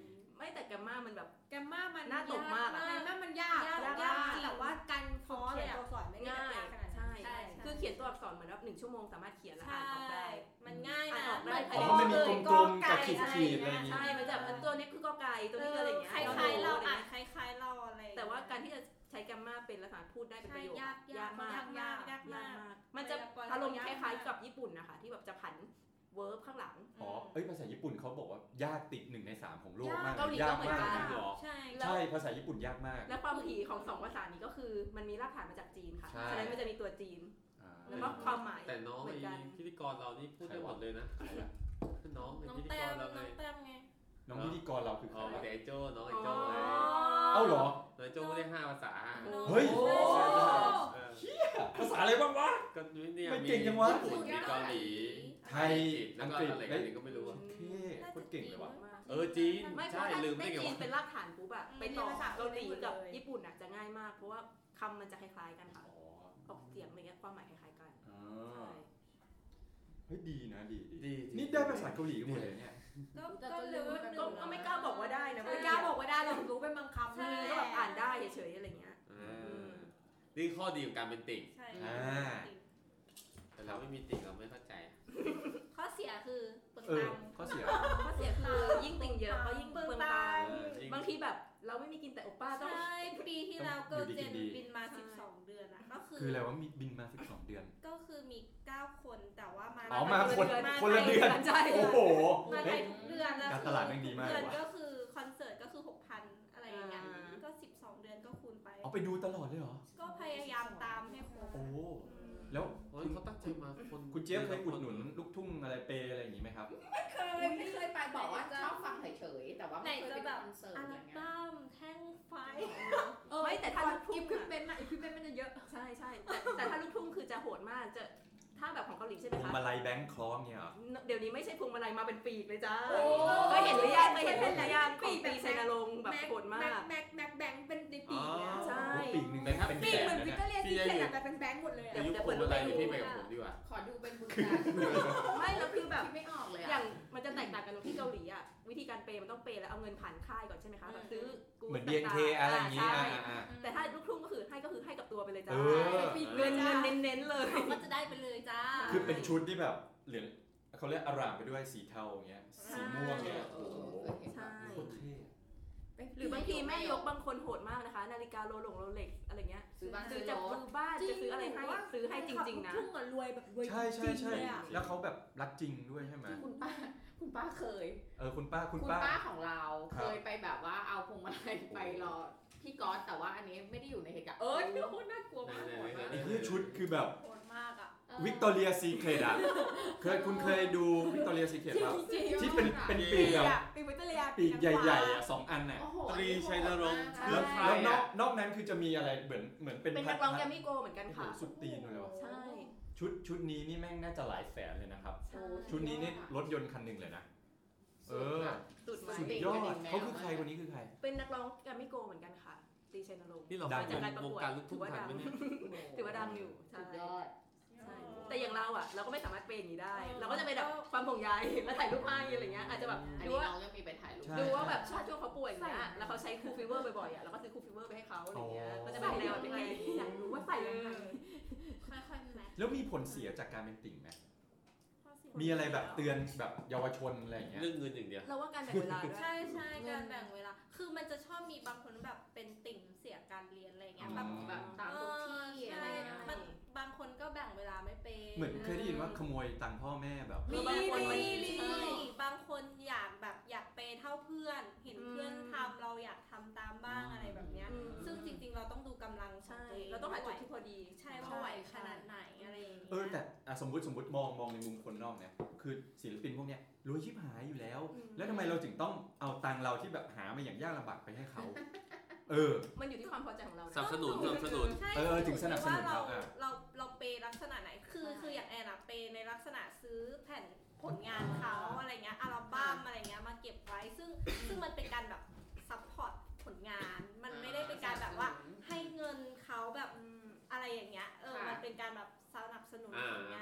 แต่แกมมามันแบบแกมมามันน่าตกมากอะแกมมามันยากยากยากมากแต่ว่าการฟอนต์เลยตัวสอนไม่ได้ง่ายยากขนาดนั้นใช่ใช่คือเขียนตัวอักษรเหมือนแบบหนึ่งชั่วโมงสามารถเขียนและอ่านออกได้มันง่ายอ่านนะออกได้อ๋อมันมีกลมๆกับขีดๆอะไรอย่างงี้ใช่มันจะแบบตัวนี้คือกอไก่ตัวนี้คืออะไรอย่างเงี้ยคล้ายๆเราอ่านคล้ายๆเราอะไรแต่ว่าการที่จะใช้แกมมาเป็นและสามารถพูดได้เป็นประโยคยากยากมากยากมากยากมากมันจะอารมณ์คล้ายๆกับญี่ปุ่นนะคะที่แบบจะผันเวิร์บข้างหลังอ๋อเอ้ยภาษาญี่ปุ่นเขาบอกว่ายากติดหนึ่งในสามของโลกมากเกาหลียาก็กเหมือนมากกันหรอใช่ใช่ภาษาญี่ปุ่นยากมากและความถี่ของสองภาษานี้ก็คือมันมีรากฐานมาจากจีนค่ะใช่ฉะนั้นมันจะมีตัวจีนอ่าแล้วก็ความหมายแต่น้องเหมืไอ้อนกันพิธีกรเรานี่พูดได้หมดเลยนะน้องไอ้น้องพิธีแต้กมรเราน้ไงองแต้มไงน้องพิธีกรเราคือใคอ๋รอวะแต่ไอ้โจ้น้องไอ้โจ้ไงเอ้าเหรอน้องไอ้โจ้พูดได้ห้าภาษาเฮ้ยเออภาษาอะไรบ้างวะก็เนี่ยไม่มีเก่งจังวะญี่ปุ่นมีเกาหลีไทยแล้วอังก็กฤษอะไรกันอีกก็ไม่รู้อะเท่โคตรเก่งเลยว่ะเออจีนไม่เพใช่ราะถ้าลืมได้ได้ไงจีนวะเป็นรากฐานปุ๊บอะไปต่อเกาหลีกับญี่ปุ่นอะจะง่ายมาก เพราะว่าคำมันจะคล้ายๆกันค่ะอ๋อออกเสียงอะไรเงี้ยความหมายคล้ายๆกันอ๋อใช่เฮ้ยดีนะดีดีดีนี่ได้ภาษาเกาหลีกันหมดเลยเนี่ยก็ก็เลเวลหนึ่งก็ก็ไม่กล้าบอกว่าได้นะไม่กล้าบอกว่าได้เรารู้เป็นบางคำใช่ก็แบบอ่านได้เฉยๆอะไรเงี้ยอ่านี่ข้อดีของการเป็นติ่งใช่อ่าแต่เราไม่มีติ่งเราไม่เข้าใจข้อเสียคือเปลืองเออตังค์ข้อเสียข้อเสียคือยิ่งติ่งเยอะก็ยิ่งเปลืองตังค์เออยิ่งบางทีแบบเราไม่มีกินแต่โอป้าต้องใช่ปีที่แล้วต้เกิองร์ลอยู่เจดีนกินดีบินมาสิบสองเดือนอะก็คือคืออะไรว่ามีบินมาสิบสองเดือนก็คือมีเก้าคนแต่ว่ามาอ๋อมาคนมาคนละเดือนใช่โอ้โหมาเฮ้ได้ยทุกเดือนแล้วการตลาดแม่งดีมากเดือนว่ะก็คือคอนเสิร์ตก็คือหกพันอะไรอย่างเงี้ยอ่าก็สิบสองเดือนก็คูณไปเอาไปดูตลอดเลยเหรอก็พยายามตามให้ครบโอ้ แล้วเฮ้ยเขาตั้งใจมาคนคุณเจี๊ยบเคยอุดหนุนลูกทุ่งอะไรเปย์อะไรอย่างงี้ไหมครับเคยไม่เคยไปบอกว่าชอบฟังเฉยๆแต่ว่าไม่เคยไปดูคอนเสิร์ตอัอะลไรเงี้ยบั้มแท่งไฟไม่แต่ถ้าลูกทุ่อิงควิปอะเมนต์อะอิควิปเมนต์มันจะเยอะใช่ใช่แต่แต่ถ้าลูกทุ่งคือจะโหดมากจะถ้าแบบของเกาหลีใช่ไหมพวงคะมาลัยแบงค์คล้องเนี่ยเหรอเดี๋ยวนี้ไม่ใช่พวงมาลัยมาเป็นปีกเลยจ้าโอ้เคยเห็นหรือยังเคยเห็นหเครืยเห็นอยังปีปีกปีชัยนรงค์แบบโหดมากแม็กแม็กแบงค์เป็นในปีกเลยอะใช่โอ้ปีกหนึ่งแต่ถ้าเป็นปีแสกนเหมือนนะวิเนี่ยกตอเรียซีเคร็ตแต่เป็นแบงค์หมดเลยแต่อะยุคผมอะไรเดี๋ยวพี่ไปกับผมดีกว่าขอดูเป็นบุญตาไม่แล้วคือแบบคิดไม่ออกเลยออะย่างมันจะแตกต่างกันตรงที่เกาหลีอ่ะวิธีการเปย์มันต้องเปย์แล้วเอาเงินผ่านค่ายก่อนใช่ไหมคะแบบซื้อกูเหมือน บี เอ็น เค อะไรอย่างงี้ใช่อ่าอ่าแต่ถ้าลูกทุ่งก็คือให้ก็คือให้กับตัวไปเลยจ้าเออเงินเงินเน้นๆเลยเขาก็จะได้ไปเลยจ้าคือเป็นชุดที่แบบเหลืองเขาเรียกอารามไปด้วยสีเทาอย่างเงี้ย สีม่วงเนี่ยเอโอ้อโหเคยเห็นใช่โคตรเท่หรือบางทีแม่ยกบางคนโหดมากนะคะ นาฬิกาโรหลงโรเล็กอะไรเงี้ยซื้อบ้านซื้ซื้ออจะรถซื้อบ้านจะซื้ออะไรให้ซื้อให้จริงๆนะทุ่งอะรวยแบบรวยใช่ใช่ใช่จริงเลยอะแล้วเขาแบบรักจริงด้วยใช่ไหมคุณป้าคุณป้าเคยเออคุณป้าคุณคุณป้าป้าของเราครัเคบยไปแบบว่าเอาพวงมาลัยไปรอพี่ก๊อตแต่ว่าอันนี้ไม่ได้อยู่ในเหตุการณ์เออโคตรน่ากลัวมากโหดมากไอ้ที่ชุดคือแบบโหดมากอะวิกตอเรียซีเครตอ่ะ เคยคุณเคยดูวิกตอเรียซีเครตป่ะจริงที่เป็นเป็นปีกแบบปีกวิกตอเรียปีกใหญ่ๆอ่ะสองอันน่ะโอ้โหตรีชัยนรงค์ใช่แล้วใครแล้วนออ่ะกนอกนั้นคือจะมีอะไรเหมือนเหมือนเป็นเป็นพันัดกร้องพัแกรดมมี่โกเหมือนกันโอ้โหค่ะสุดตีนเลยวะใช่ชุดชุดนี้นี่แม่งน่าจะหลายแสนเลยนะครับใช่ชุดนี้นี่รถยนต์คันหนึ่งเลยนะ เออสุดไหมสุดยอดเขาคือใครคนนี้คือใครเป็นนักร้องแกรมมี่โกเหมือนกันค่ะตีชัยนรงค์นี่เราดัฟังงจากการประวกงวดการลูกถืทุ่อง ว่าทัดันงไหมเนี่ยถือว่าดังอยู่ใช่สุดยอดใช่แต่อย่างเราอ่ะเราก็ไม่สามารถเป็นอย่างนี้ได้ เราก็จะเป็นแบบความห่วงใยแล้วถ่ายรูปให้อะไรเงี้ยอาจจะแบบอันดูนี้ว่าน้องยังมีไปถ่ายรูปใช่ดูว่าแบบชาติช่วงเขาป่วยอย่างเงี้ยแล้วเขาใช้คูลฟิเวอร์บ่อยๆอ่ะเราก็ซื้อคูลฟิเวอร์ไปให้เขาอะไรเงี้ยก็จะเป็นแนวเป็นไงอยากรู้ว่าใส่ยังไงค่อยๆแม็กแล้วมีผลเสียจากการเป็นติ่งไหมมีอะไรแบบเตือนแบบเยาวชนอะไรอย่างเงี้ยเรื่องเงินอย่างเดียวเราว่าการแบ่งเวลาด้วยใช่ใช่การแบ่งเวลา คือมันจะชอบมีบางคนแบบเป็นติ่งเสียการเรียนอะไรเงี้ยแบบอืมแบบตามทุกที่อะไรเงี้ยมันบางคนก็แบ่งเวลาไม่เป็นเหมือนเคยได้ยินว่าขโมยตังค์พ่อแม่แบบมีบางคนมันมีมีใช่บางคนอยากแบบอยากเปย์เท่าเพื่อน เห็นเพื่อนทำเราอยากทำตามบ้างอะไรแบบเนี้ยอืมซึ่งจริงๆเราต้องดูกำลังของใช่ตัวเองเราต้องหาจุดที่พอดีใช่ว่าไหวขนาดไหนอะไรอย่างเงี้ยเออแต่อ่ะสมมติสมมติมองมองในมุมคนนอกเนี่ยคือศิลปินพวกเนี้ยรวยชิบหายอยู่แล้วอืมแล้วทำไมเราถึงต้องเอาตังค์เราที่แบบหามาอย่างยากลำบากไปให้เขา เออมันอยู่ที่ความพอใจของเราสนับสนุนสนับสนุนใช่เออถึงสนับสนุนว่าเราเขาอ่ะเราเราเปย์ลักษณะไหน คือใช่คืออย่างแอนอะเปย์ในลักษณะซื้อแผ่นผลงานเขาอะไรเงี้ยอัลบั้มอะไรเงี้ยมาเก็บไว้ ซึ่งซึ่งมันเป็นการแบบซัพพอร์ตผลงาน มันไม่ได้เป็นการแบบว่าให้เงินเขาแบบอะไรอย่างเงี้ย เออ มันเป็นการแบบสนับสนุนผลงาน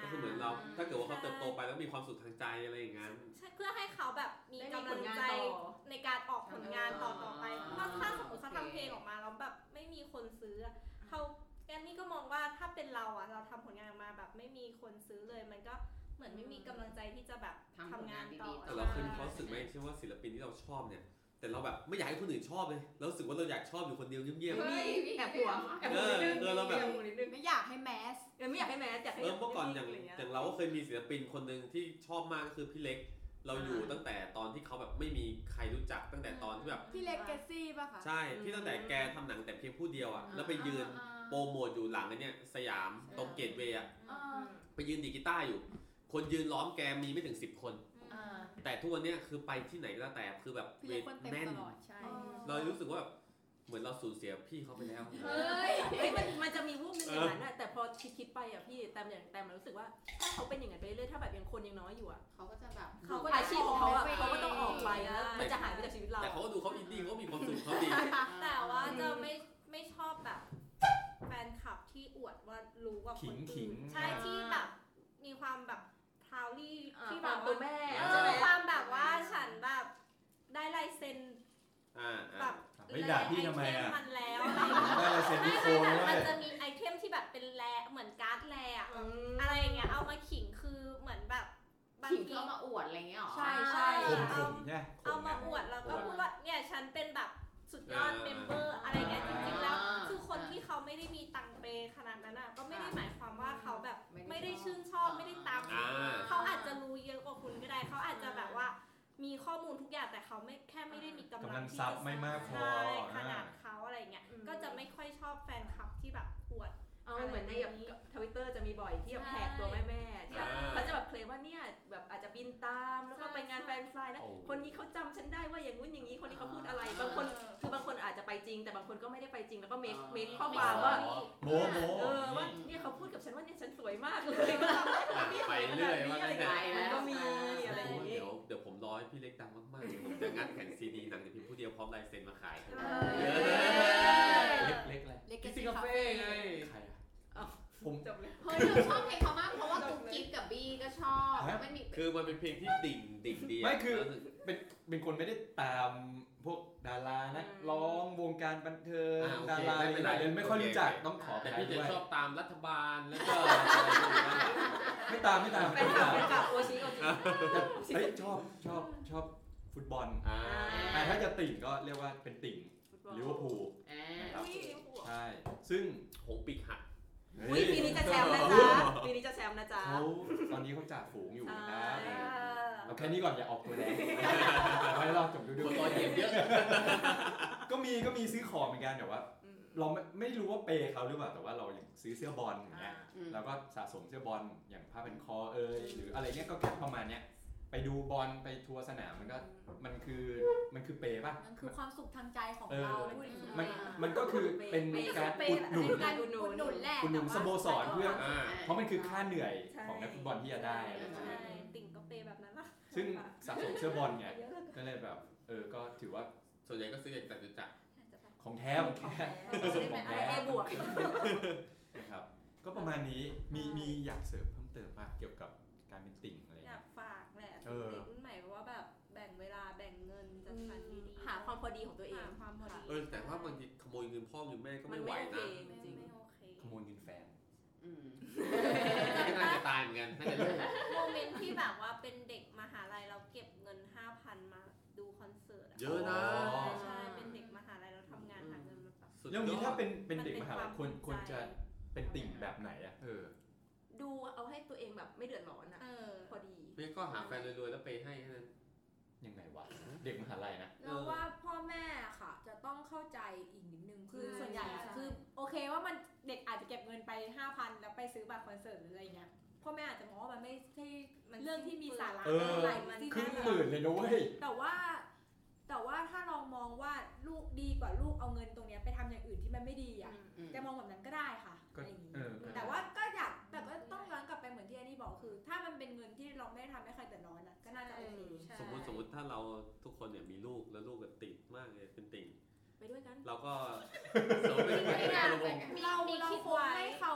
คือเหมือนเราถ้าเกิดว่าเขาเติบโตไปแล้วมีความสุขทางใจอะไรอย่างงั้นใช่เพื่อให้เขาแบบมีได้มีกำผลังลงานใจต่อในการออกผลงานต่อต่อไปเออเพราะถ้าสมมติเขาทำเพลงออกมาแล้วแบบไม่มีคนซื้ออะเขาแอนนี่ก็มองว่าถ้าเป็นเราอะเราทำผลงานออกมาแบบไม่มีคนซื้อเลย มันก็เหมือนไม่มีกำลังใจที่จะแบบทำผลงางทำาน นดีต่อๆแต่เราเคยมีความรู้สึกไหมเช่นว่าศิลปินที่เราชอบเนี่ยแต่เราแบบไม่อยากให้คนอื่นชอบเลยเรารู้สึกว่าเราอยากชอบอยู่คนเดียวเงียบเฮ้ยแอบห่วงแอบๆเอห่วงอนิดนึงเออเราแบบแอบห่วงนิดนึงไม่อยากให้แมสเออไม่อยากให้แมสอยากให้เออเมื่อก่อนอย่างะไรเงี้ยอย่างเราก็เคยมีศิลปินคนหนึ่งที่ชอบมากก็คือพี่เล็ก เราอยู่ตั้งแต่ตอนที่เขาแบบไม่มีใครรู้จักตั้งแต่ตอนที่แบบพี่เล็กเกสซี่ป่ะคะใช่ที่ตั้งแต่แกทำหนังแต่เพียงผู้เดียวอ่ะแล้วไปยืนโปรโมทอยู่หลังไอ้เนี่ยสยามตรงเกตเวย์อ่ะอ่าไปยืนดีดกีตาร์อยู่ คนยืนล้อมแกมีไม่ถึงสิบคนอ่าแต่ทุกวันเนี้ยคือไปที่ไหนก็แล้วแต่คือแบบพี่เวเล็กทคนเต็มแน่นตลอดใช่เรารู้สึกว่าแบบเหมือนเราสูญเสียพี่เขาไปแล้วเฮ้ยเฮ้ยมันมันจะมีวูบนึงอย่างนั้นอะแต่พอคิดคิดไปอะพี่แต่อย่างแต่มันรู้สึกว่าถ้าเขาเป็นอย่างนั้นไปเรื่อยๆถ้าแบบยังคนยังน้อยอยู่อะเขาก็จะแบบเขาก็อาชีพของเขาอะเขาก็ต้องออกไปแล้วมันจะหายไปจากชีวิตเราแต่เขาก็ดูเขาอินดี้เขามีความสุขเขาดีแต่ว่าจะไม่ไม่ชอบแบบแฟนคลับที่อวดว่ารู้กว่าคนขิอื่งนๆใช่ที่แบบมีความแบบพาวลี่อ่าที่แบบตัวว่าแม่เอใช่ไหมอความแบบว่าฉันแบบได้ลายเซ็นอ่าแบอ่าบไม่ด่าพี่ทำไมไอเทอ่ะมันแล้วอะไรอย่างเงี้ยได้ลายเซ็นไม่ที่โคไม่ด้วแต่ยมันจะมีไอเทมที่แบบเป็นแลเหมือนการ์ดแลอะอะไรอย่างเงี้ยเอามาขิงคือเหมือนแบบบางขิงทีเข้ามาอวดอะไรเงี้ยหรอใช่ใช่ข่มข่มใช่เอามาอวดแล้วก็พูดว่าเนี่ยฉันเป็นแบบสุดยอดเมมเบอร์อะไรเงี้ยจริงๆแล้ว คือคนที่เขาไม่ได้มีตังเปขนาดนั้นอ่ะก็ไม่ได้หมายความว่าเขาแบบไม่ได้ชื่นชอบไม่ได้ตามอ่าเขาอาจจะรู้เยอะกว่าคุณก็ได้เขาอาจจะแบบว่ามีข้อมูลทุกอย่างแต่เขาไม่แค่ไม่ได้มีกำกำลัลังงที่ซับจะไม่มากพอใช่ขนาดเขาอะไรเงี้ยก็จะไม่ค่อยชอบแฟนคลับที่แบบอวดเอาเหมือนในแบบทวิตเตอร์จะมีบ่อยที่แบบแท็กตัวแม่ๆที่แบบเขาจะแบบเคลมว่าเนี่ยแบบอาจจะบินตามแล้วก็ไปงานแฟนไซน์นะคนนี้เขาจำฉันได้ว่าอย่างงู้นอย่างนี้คนนี้เขาพูดอะไรบางคนคือบางคนอาจจะไปจริงแต่บางคนก็ไม่ได้ไปจริงแล้วก็เมคเมคข้อความว่าโมโมเออว่าเนี่ยเขาพูดกับฉันว่าเนี่ยฉันสวยมากเลยไปเรื่อยว่าอะไรงั้นอย่างเถเงี้ยอะมันก็มีอะไรอย่างเงี้เดี๋ยยวเดี๋ยวผมรอให้พี่เล็กดังมากๆเดี๋ยวผมจะงัดแผ่นซีดีหนังแต่เพียงผู้เดียวพร้อมลายเซ็นมาขายเล็กเล็กอะไรเล็กเกกิสซี่ซี่กาคาเฟ่เฟ่ไงใครอ่ะผมจบเลยเฮ้ยเราชอบเพลงเขามากเพราะว่ากุ๊กกิ๊บกับบี้ก็ชอบไม่มีคือมันเป็นเพลงที่ดิ่งดิ่งดีไม่คือเป็นเป็นคนไม่ได้ตามพวกดารานักร้องวงการบันเทิงดาราอะไรเลยไม่ค่อยรู้จักต้องขอแต่ไปพี่จะด้วยชอบตามรัฐบาลแล้วก็ไม่ตามไม่ตามแฟนคลับแฟนคลับโอชิโอชิเฮ้ยชอบชอบชอบฟุตบอลอ่าแต่ถ้าจะติ่งก็เรียกว่าเป็นติ่งลิเวอร์พูลอ่านะครับใช่ซึ่งหงปีกหักอุ้ยปีนี้จะแชมป์นะจ๊ะปีนี้จะแชมป์นะจ๊ะเขาตอนนี้เขาจ่าฝูงอยู่นะใช่เอาแค่นี้ก่อนอย่าออกตัวแรงไว้รอจบดูดูคนรอเกมเยอะก็มีก็มีซื้อของเหมือนกันแต่ว่า เราไม่ไม่รู้ว่าเปย์เขาหรือเปล่าแต่ว่าเราอย่างซื้อเสื้อบอลอย่างเงี้ยแล้วก็สะสมเสื้อบอลอย่างผ้าพันคอเอยหรืออะไรเงี้ยก็แค่ประมาณเนี้ยไปดูบอลไปทัวร์สนามมันก็มันคือมันคือเปย์ป่ะมันคือความสุขทางใจของเออเราพูดถึงมันมันก็คือเป็นการอุดหนุนการอุดหนุนแหละอุดหนุนสโมสรเพื่ออ่าเพราะมันคือค่าเหนื่อยของนักฟุตบอลที่จะได้อะไรใช่เงี้ยติ่งก็เปย์แบบนั้นละซึ่งสะสมเสื้อบอลไงก็เลยแบบเออก็ถือว่าส่วนใหญ่ก็ซื้อจากจตุจักรของแท้ของแท้จะได้เป็นอะไรเอบวกนะครับก็ประมาณนี้มีมีอยากเสริมเพิ่มเติมป่ะเกี่ยวกับการเป็นติ่งอะไรอยาเงี้กยฝากแหละเออเด็กรุ่นใหม่ว่าแบบแบ่งเวลาแบ่งเงินจัดสรรดีๆหาความพอดีของตัวเองหาความพอดีเออแต่ว่าบางทีขโมยเงินพ่อเงินแม่ก็มันไม่ไหวไม่โอเคนะจริงไม่โอเคขโมยเงินแฟนอืมก็น่าจะตายเหมือนกันน่าจะเลิกโมเมนต์ที่แบบว่าเป็นเด็กมหาลัยเราเก็บเงิน ห้าพัน มาดูคอนเสิร์ตเยอะนะใช่ใช่เป็นเด็กมหาลัยเราทำงานหาเงินมาแบบสุดยเรื่องอนี้ดถ้าเป็นเป็นเด็กมันมเป็นหาลัยความควรภูมิใจควรจะเป็นติ่งแบบไหนอ่ะเออดูเอาให้ตัวเองแบบไม่เดือดร้อนอ่ะเออพอดีไม่ก็หาแฟนรวยๆแล้วไปให้แค่นั้นยังไงวะเด็กมหาลัยนะเราว่าพ่อแม่ค่ะจะต้องเข้าใจอีกนิดนึงคือใช่ส่วนใหญ่อะใช่คือโอเคว่ามันเด็กอาจจะเก็บเงินไป ห้าพัน แล้วไปซื้อบัตรคอนเสิร์ตหรืออะไรเงี้ยพ่อแม่อาจจะมองว่ามันไม่ใช่เรื่องที่มีสาระเอออะไรมันครึ่งหมื่นเลยนะเว้ยแต่ว่า แต่ว่าถ้าเรามองว่าลูกดีกว่าลูกเอาเงินตรงเนี้ยไปทำอย่างอื่นที่มันไม่ดีอ่ะอืมจะมองแบบนั้นก็ได้ค่ะก็อะไรอย่างงี้เออก็แต่ว่าก็อยากแต่ก็ต้องย้อนกลับไปเหมือนที่อันนี้บอกคือ ถ้ามันเป็นเงินที่เราไม่ได้ทำให้ใครเดือดร้อนอ่ะก็น่าจะโอเคใช่สมมติสมมติถ้าเราทุกคนเนี่ยมีลูกแล้วลูกก็ติดมากเลยเป็นติ่งไปด้วยกันเราก็เราไม่ได้ไปในระบบเราเราคงให้เขาเรา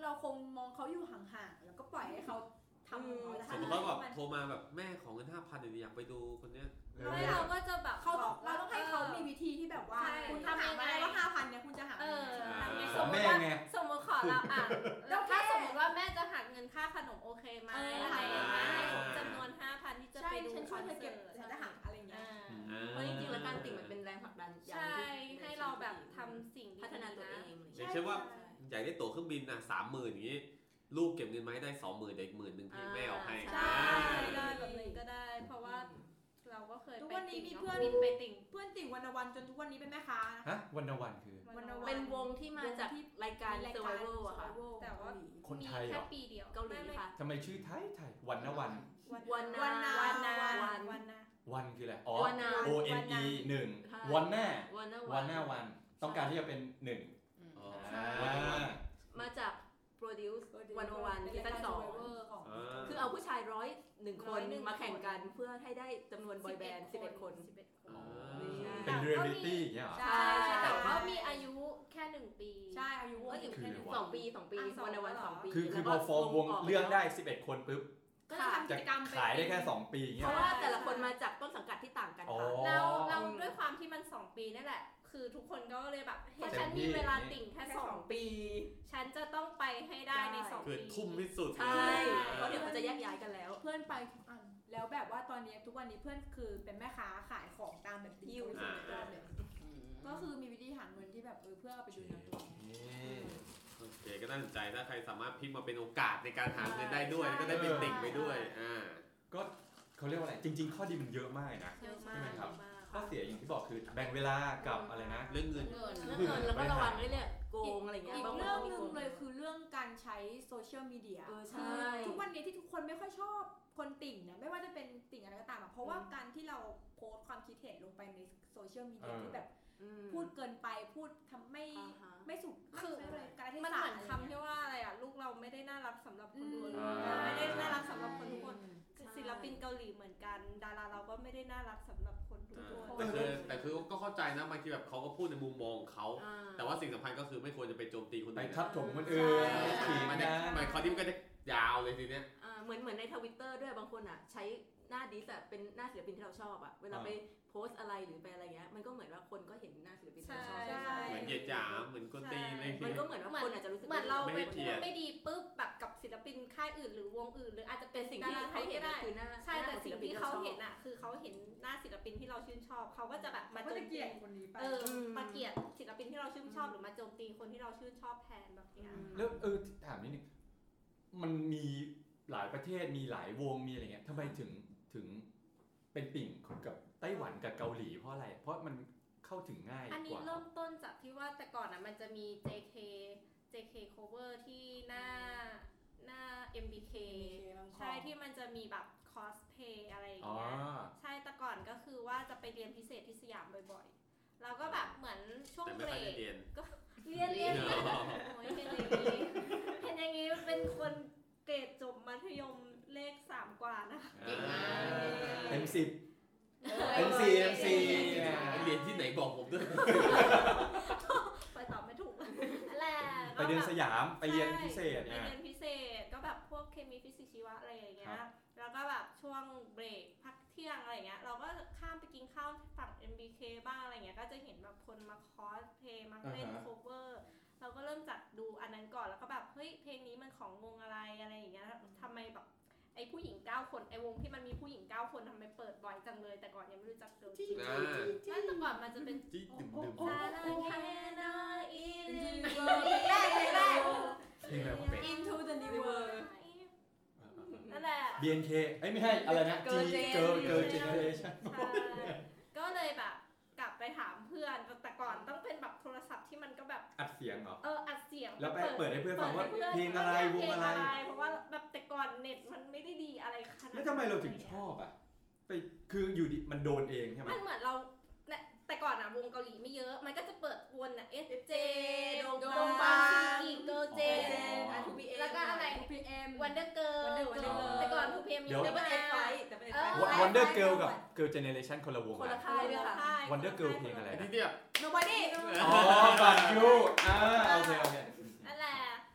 เราคงมองเขาอยู่ห่างๆแล้วก็ปล่อยให้เขาทำของเขาสมมติว่าแบบโทรมาแบบแม่ของเงินห้าพันเดี๋ยวอยากไปดูคนเนี้ยไม่เราก็จะแบบเขาต้องเราต้องให้เขามีวิธีที่แบบว่าคุณทำยังไงว่าห้าพันเนี่ยคุณจะหาเออขอแม่ไงสมมติขอเราอ่ะแล้วถ้าสมมติว่าแม่จะหักเงินค่าขนมโอเคไหมอะไรอย่างเงี้ยให้จำนวนห้าพันที่จะไปดูฉันคช่วอย นเธอเสิเก็บร์ตฉันจะหักอะไรเงี้ยเพราะจริงๆแล้วการติ่งมันเป็นแรงผลักดันอย่างใช่ที่ให้เราแบบทำสิ่งพัฒนาตัวเองอย่างเช่นว่าอยากได้ตั๋วเครื่องบินนะสามหมื่นอย่างงี้ลูกเก็บเงินมาให้ได้สองหมื่นเดี๋ยวอีกหมื่นหนึ่งพี่แม่เอาให้ใช่ได้แบบนี้ก็ได้ เพราะว่าเราก็เคยทุกไปวันนี้ติ่งมีเพื่อนบินไปติ่งเพื่อนติ่งวันวันจนทุกวันนี้เป็นแม่ค้าฮะวันวันคือวันเป็นวงที่มาจากรายการ Survival อะค่ะแต่ว่าคนไทยเหรแค่อปีเดียวเกาหลีค่ะทำไมชื่อไทยไทยวันนะวันวันนาวันนาวันนาวันวันนะวันคืออะไรอ๋อวันนา O N E หนึ่งใช่วันแน่วันนาวันหน้าวันต้องการที่จะเป็นหนึ่งอ๋ออ่ามาจาก produce วันวันซีซั่นสองคือเอาผู้ชายร้อยหนึ่งคนมาแข่งกันเพื่อให้ได้จำนวนบอยแบนด์สิบเอ็ดคนอ๋อเป็นเรียลลิตี้อย่างเงี้ยเหรอใช่แต่ว่ามีอายุแค่หนึ่งปีใช่อายุวงก็ถึงคืออะไรวะสองปีสองปีวันวันสองปีคือคือพอฟอร์มวงเรื่องได้สิบเอ็ดคนปุ๊บก็จะทำกิจะจกรรมขายได้แค่สองปีอย่างเพเงี้ยราะว่าแต่ละคนมาจากต้นสังกัดที่ต่างกันอ๋อค่ะเราเราด้วยความที่มันสองปีนี่แหละ คือทุกคนก็เลยแบบเฮ้ยฉันมีเวลาติ่งแค่สองปี ฉันจะต้องไปให้ได้ในสองคือปีทุ่มที่สุดใช่เพราะเดี๋ยวเขาจะแยกย้ายกันแล้วเพื่อนไปทุกอันแล้วแบบว่าตอนนี้ทุกวันนี้เพื่อนคือเป็นแม่ค้าขายของตามแบบดิวเลยก็คือมีวิธีหาเงินที่แบบเออเพื่อเอาไปดูหนังตัวโอเคก็น่าสนใจถ้าใครสามารถพลิกมาเป็นโอกาสในการหาเงินได้ด้วยแล้วก็ได้เป็นติ่งไปด้วยอ่าก็เขาเรียกว่าอะไรจริง ๆ ข้อดีมันเยอะมากนะเยอะมาใช่ไหมกครับมากข้อเสียอย่างที่บอกคือแบ่งเวลากับอะไรนะเรื่องเงินเงินเรื่องเงินแล้วก็ระวังด้วยเนี่ยโกงอะไรเงี้ยอีกบางคนเรื่องก็มีหนึโกงงเลยคือเรื่องการใช้โซเชียลมีเดียเออใช่ทุกวันนี้ที่ทุกคนไม่ค่อยชอบคนติ่งเนี่ยไม่ว่าจะเป็นติ่งอะไรก็ตามอะเพราะว่าการที่เราโพสต์ความคิดเห็นลงไปในโซเชียลมีเดียที่แบบอืมพูดเกินไปพูดทำไม่อ่าฮะไม่สุดคือไม่เลยการที่มันสาเหรมือนคำที่ว่าอะไรอ่ะลูกเราไม่ได้น่ารักสำหรับคนดูอืมไม่ได้น่ารักสำหรับคนทุกคนใช่ศิลปินเกาหลีเหมือนกัน ดาราเราก็ไม่ได้น่ารักสำหรับคนทุกคนแต่คือแต่คือก็เข้าใจนะบางทีแบบเขาก็พูดในมุมมองของเขาอ่าแต่ว่าสิ่งสำคัญก็คือไม่ควรจะไปโจมตีคนไปอื่นทับถมคนอื่นใช่ไปขิงมันนะมันคราวนี้มันก็จะยาวเลยทีเนี้ยอ่าเหมือนเหมือนในทวิตเตอร์ด้วยบางคนอ่ะใช้หน้าดิสอะเป็นหน้าศิลปินที่เราชอบอ่ะเวลาไปโพสต์อะไรหรือไปอะไรเงี้ยมันก็เหมือนว่าคนก็เห็นหน้าศิลปินที่เราชอบใช่เหมือนเหยียดหยามเหมือนคนตีนอะไรอย่างมันเงี้ยก็เหมือนว่าคนอาจจะรู้สึกเหมือนเราไม่ไปให้พูเกียรดติไม่ดีปุ๊บแบบกับศิลปินค่ายอื่นหรือวงอื่น หรืออาจจะเป็เป็น นสิ่สิ่งงที่ที่เขาเขาเห็เห็นนได้คือหน้าใช่แต่สิ่งที่เขาชอบเห็นอ่ะคือเขาเห็นหน้าศิลปินที่เราชื่นชอบเขาก็จะแบบมาก็โจจะมเกลีตียดคนนี้ไปเออมาเกลียดศิลปินที่เราชื่นชอบหรือมาโจมตีคนที่เราชื่นชอบแทนแบบเนี้ยแล้วเออถามนิดนึงมันมีหลายประเทศมีหลายวงมีอะไรเงี้ยทำไมถึงถึงเป็นติ่งกับไต้หวันกับเกาหลีเพราะอะไร เพราะมันเข้าถึงง่ายอันกนี้ว่าเริ่มต้นจากที่ว่าแต่ก่อนอ่ะมันจะมี เจ เค เจ เค cover ที่หน้าหน้า เอ็ม บี เค ใช่ที่มันจะมีแบบคอสเพย์อะไรอย่างอ๋อเงี้ยใช่แต่ก่อนก็คือว่าจะไปเรียนพิเศษที่สยามบ่อยๆแล้วก็แบบเหมือนช่วงแต่ไม่เบรค่อยได้กเรียนก็เรียนเรียนเรียนโอ้ยเห็นอย่างนี้เห็นอย่างนี้เป็นคนเกรดจบมัธยมเลขสามกว่านะคะอ่าเต็มสิบเต็มสี่เต็มสี่เรียนที่ไหนบอกผมด้วยไปตอบไม่ถูกอะไรไปเรียนสยามไปเรียนพิเศษไปเนี่ยเรียนพิเศษก็แบบพวกเคมีฟิสิกส์ชีวะอะไรอย่างเงี้ยแล้วก็แบบช่วงเบรกพักเที่ยงอะไรอย่างเงี้ยเราก็ข้ามไปกินข้าวฝั่ง เอ็ม บี เค บ้างอะไรเงี้ยก็จะเห็นแบบคนมาคอสเพลย์มาเล่นอ่าฮะโคเวอร์เราก็เริ่มจัดดูอันนั้นก่อนแล้วก็แบบเฮ้ยเพลงนี้มันของวงอะไรอะไรอย่างเงี้ยทำไมแบบไอ้ผู้หญิงเก้าคนไอ้วงที่มันมีผู้หญิงเก้าคนทำไมเปิดบ่อยจังเลยแต่ก่อนยังไม่รู้จักเกิร์ลจีอ่าแล้วแต่ก่อนมันจะเป็นจี้ดึมดึมซาลาแค่น้อยอีลีแรกเลยแรกเพลงอะไรของเป็น Into the New World นั่นแหละบี เอ็น เค เอ้ยไม่ใช่อะไรนะ G Girl Girl Generation ใช่ก็เลยแบบกลับไปถามเพื่อนแต่ก่อนต้องเป็นแบบโทรศัพท์ที่มันก็แบบอัดเสียงเหรอเอออัดเสียงแล้วไปเปิดให้เพื่อนฟังว่าปิดให้เพลงอะไรวงอะไรเพราะว่าแบบแต่ก่อนเน็ตมันไม่ได้ดีอะไรขนาดแล้วทำไมเราถึงชอบอ่ะไปคืออยู่ดีมันโดนเองใช่ไหมมันเหมือนเราแต่ก่อนอะวงเกาหลีไม่เยอะมันก็จะเปิดวนอะ เอส เจ โดงบาซีเกิร์ลเจนแล้วก็อะไรทู พี เอ็มวันเดอร์เกิร์ล Wonder Girl แต่ก่อนทูพีเอ็มมีเดี๋ยวเดบิวต์เอฟไฟแต่เป็นแต่เอเป็นอ Wonder Girl กับ Girl Generation คนละวงคนละอะค่ายด้วยค่ะ Wonder Girl เพลงอะไรอันนะนี้เนี่ย Nobody อ๋อบัตรยูอ่าโอเคโอเคนั่นแหละ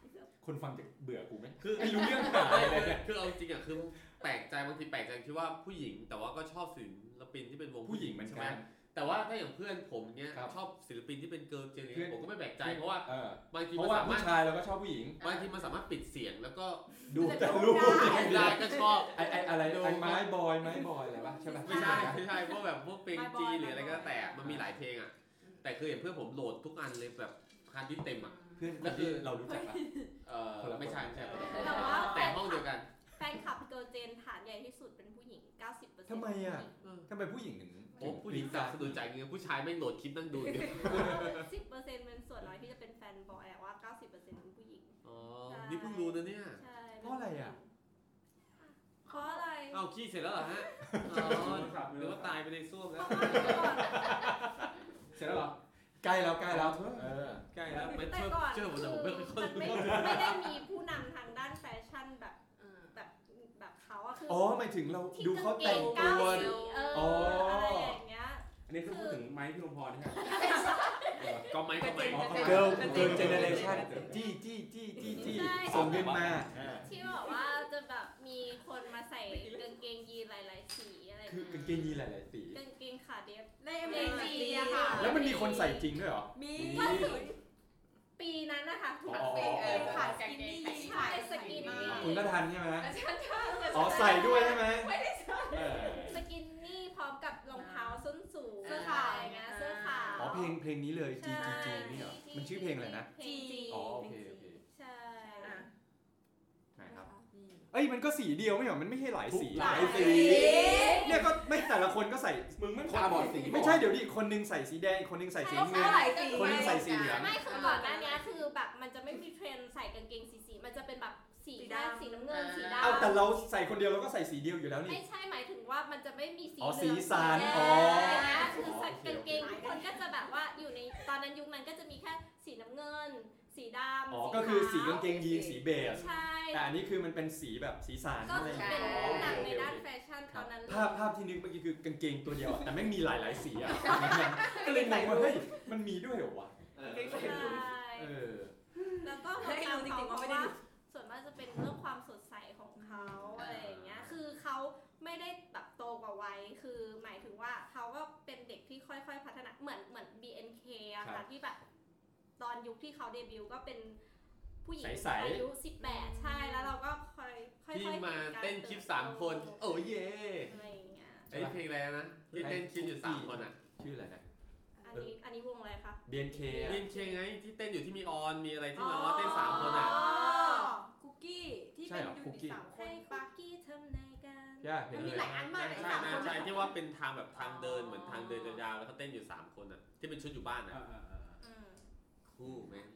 คนฟังจะเบื่อกูไหมคือไม่รู้เรื่องหาอะไรเลยคือเอาจริงอ่ะคือแปลกใจบางทีแปลกใจคิดว่าผู้หญิงแต่ว่าก็ชอบศิลปินที่เป็นวงผู้หญิงเหมือนใช่กัไหมนแต่ว่าถ้าอย่างเพื่อนผมเนี้ยครับชอบศิลปินที่เป็นเกิร์ลเจนเพื่อนผมก็ไม่แปลกใจเพราะว่าเออบางทีเพมันราะว่าสามารผู้ถชายเราก็ชอบผู้หญิงบางทีมันสามารถปิดเสียงแล้วก็ดูแต่รูปได้ก็ชอบไอไออะไรไอไม้บอยไม้บอยอะไรวะใช่ปะไม่ใช่ไม่ใช่พวกแบบพวกเพลงจีนหรืออะไรก็แต่มันมีหลายเพลงอ่ะแต่คืออย่างเพื่อนผมโหลดทุกอันเลยแบบฮาร์ดดิสก์เต็มอ่ะเพื่อนแล้วคือเรารู้จักปะเออคนละคนไม่ใช่ไม่ใช่แต่ว่าแต่ห้องเดียวกันแฟนคลับเกิร์ลเจนฐานใหญ่ที่สุดเป็นผู้หญิง เก้าสิบเปอร์เซ็นต์ทำไมอ่ะทำไมผู้หญิงถึงโอ้ผู้หญิงสนับสนุนจ่ายเงินผู้ชายไม่โหลดคลิปนั่งดูอยู่สิบเปอร์เซ็นต์เป็นส่วนน้อยที่จะเป็นแฟนบอยแต่ว่า เก้าสิบเปอร์เซ็นต์เป็นผู้หญิงอ๋อนี่เพิ่งรู้นะเนี่ยใช่เพราะอะไรอ่ะเพราะอะไรเอ้าขี้เสร็จแล้วเหรอฮะอ๋อหรือว่าตายไปในส้วมแล้วเสร็จแล้วเหรอใกล้แล้วใกล้แล้วเออใกล้แล้วไม่แต่เชื่อก่อนเชื่อผมแต่ผมไม่ค่อยมันไม่ไม่ได้มีผู้นำทางด้านแฟชั่นแบบแบบแบบเขาอะคืออ๋อหมายถึงเราที่ดูเขาแต่งกางเกตัวเก้าสีเอออ๋อออะไรอย่างเงี้ยอันนี้คือพูดถึงไม้พี่ลมพรใช่ไหมก็ไม่ก็ไม่เกิร์ลเกิร์ลเจเนเรชั่นจี้จี้จี้จี้จี้ส่งเงินมาที่บอกว่าจะแบบมีคนมาใส่กางเกงยีนหลายๆสีอะไรคือกางเกงยีนหลายๆสีกางเกงขาเดฟในเอ็มวีอะค่ะแล้วมันมีคนใส่จริงด้วยเหรอมีก็คือปีนั้นนะคะถูกอ๋อเออขาสกินนี่ใช่สกินนี่คุณก็ทันใช่ไหมฉันชอบอ๋อใส่ด้วยใช่ไหมไม่ได้ใส่เออสกินนี่พร้อมกับรองเท้าส้นสูงเสื้อขาวอย่างเงี้ยเสื้อขาวอ๋อเพลงเพลงนี้เลย G G G นี่เหรอ มันชื่อเพลงอะไรนะเพลงจีอ๋อโอเคโอเคใช่ไหนครับ เอ้ยมันก็สีเดียวไม่เหรอ มันไม่ใช่หลายสีหลายสีเนี่ยก็ไม่แต่ละคนก็ใส่มึงไม่ตาบอดสีไม่ใช่เดี๋ยวดิคนนึงใส่สีแดงอีกคนนึงใส่สีน้ำเงินหลายสีคนนึงใส่สีเหลืองไม่คือก่อนหน้านี้คือแบบมันจะไม่มีเทรนด์ใส่กางเกงสีสีมันจะเป็นแบบสีแดงสีน้ำเงินสีดำเอาแต่เราใส่คนเดียวเราก็ใส่สีเดียวอยู่แล้วนี่ไม่ใช่หมายถึงว่ามันจะไม่มีสีอ๋อเหลืองสีสันแดงอ๋ออะไรเงี้ยคือใส่โอเคกางเกงทุกคนก็จะแบบว่าอยู่ในตอนนั้นยุคนั้นก็จะมีแค่สีน้ำเงิน สีดำอ๋อสีก็คือสีขวกางเกงยีนสีเบจใช่แต่อันนี้คือมันเป็นสีแบบสีสันก็อะไรคืออย่างเป็นเงี้ยผู้นำโอในเคด้านแฟชั่นตอนนั้นเลยภาพภาพที่นึกเมื่อกี้คือกางเกงตัวเดียวอะแต่ไม่งมีหลายหลายๆสีอ่ะ ก็เลยงงว่าเฮ้ยมันมีด้วยเหรอวะใช่เออแล้วก็ให้รู้จริงๆว่าไม่ได้ดูส่วนมากจะเป็นเรื่องความสดใสของเขาอะไรอย่างเงี้ย คือเขาไม่ได้แบบโตกว่าวัย คือหมายถึงว่าเขาก็เป็นเด็กที่ค่อยๆพัฒนา เหมือนเหมือน บี เอ็น เค อะครัค่ะบที่แบบตอนยุคที่เขาเดบิวต์ก็เป็นผู้หญิงใสๆอายุสิบแปดใช่ แล้วเราก็ค่อยค่อยๆที่ห็มาการเต้นคลิปสามคน โอ้เย่อะไรอย่างเงี้ยไอเพลงอะไรนะที่เต้นคลิปอยู่สามคนอ่ะชื่ออะไรนะอันนี้อันนี้วงอะไรคะบี เอ็น เค อะเต้นเพลงไงที่เต้นอยู่ที่มีออนมีอะไรที่มาว่าเต้นสามคนอ่ะคุกกี้ที่ใช่เป็นเหรอยูคุกนิกี้ตสามคให้นคุปะกกี้ทำในกันย่าเพลงมันมีเลยหลายอันมากใช่นะใช่ที่ว่าเป็นทางแบบทางเดินเหมือนทางเดินยาวๆแล้วก็เต้นอยู่สามคนอ่ะที่เป็นชุดอยู่บ้านอ่ะอืมคู่แม่ง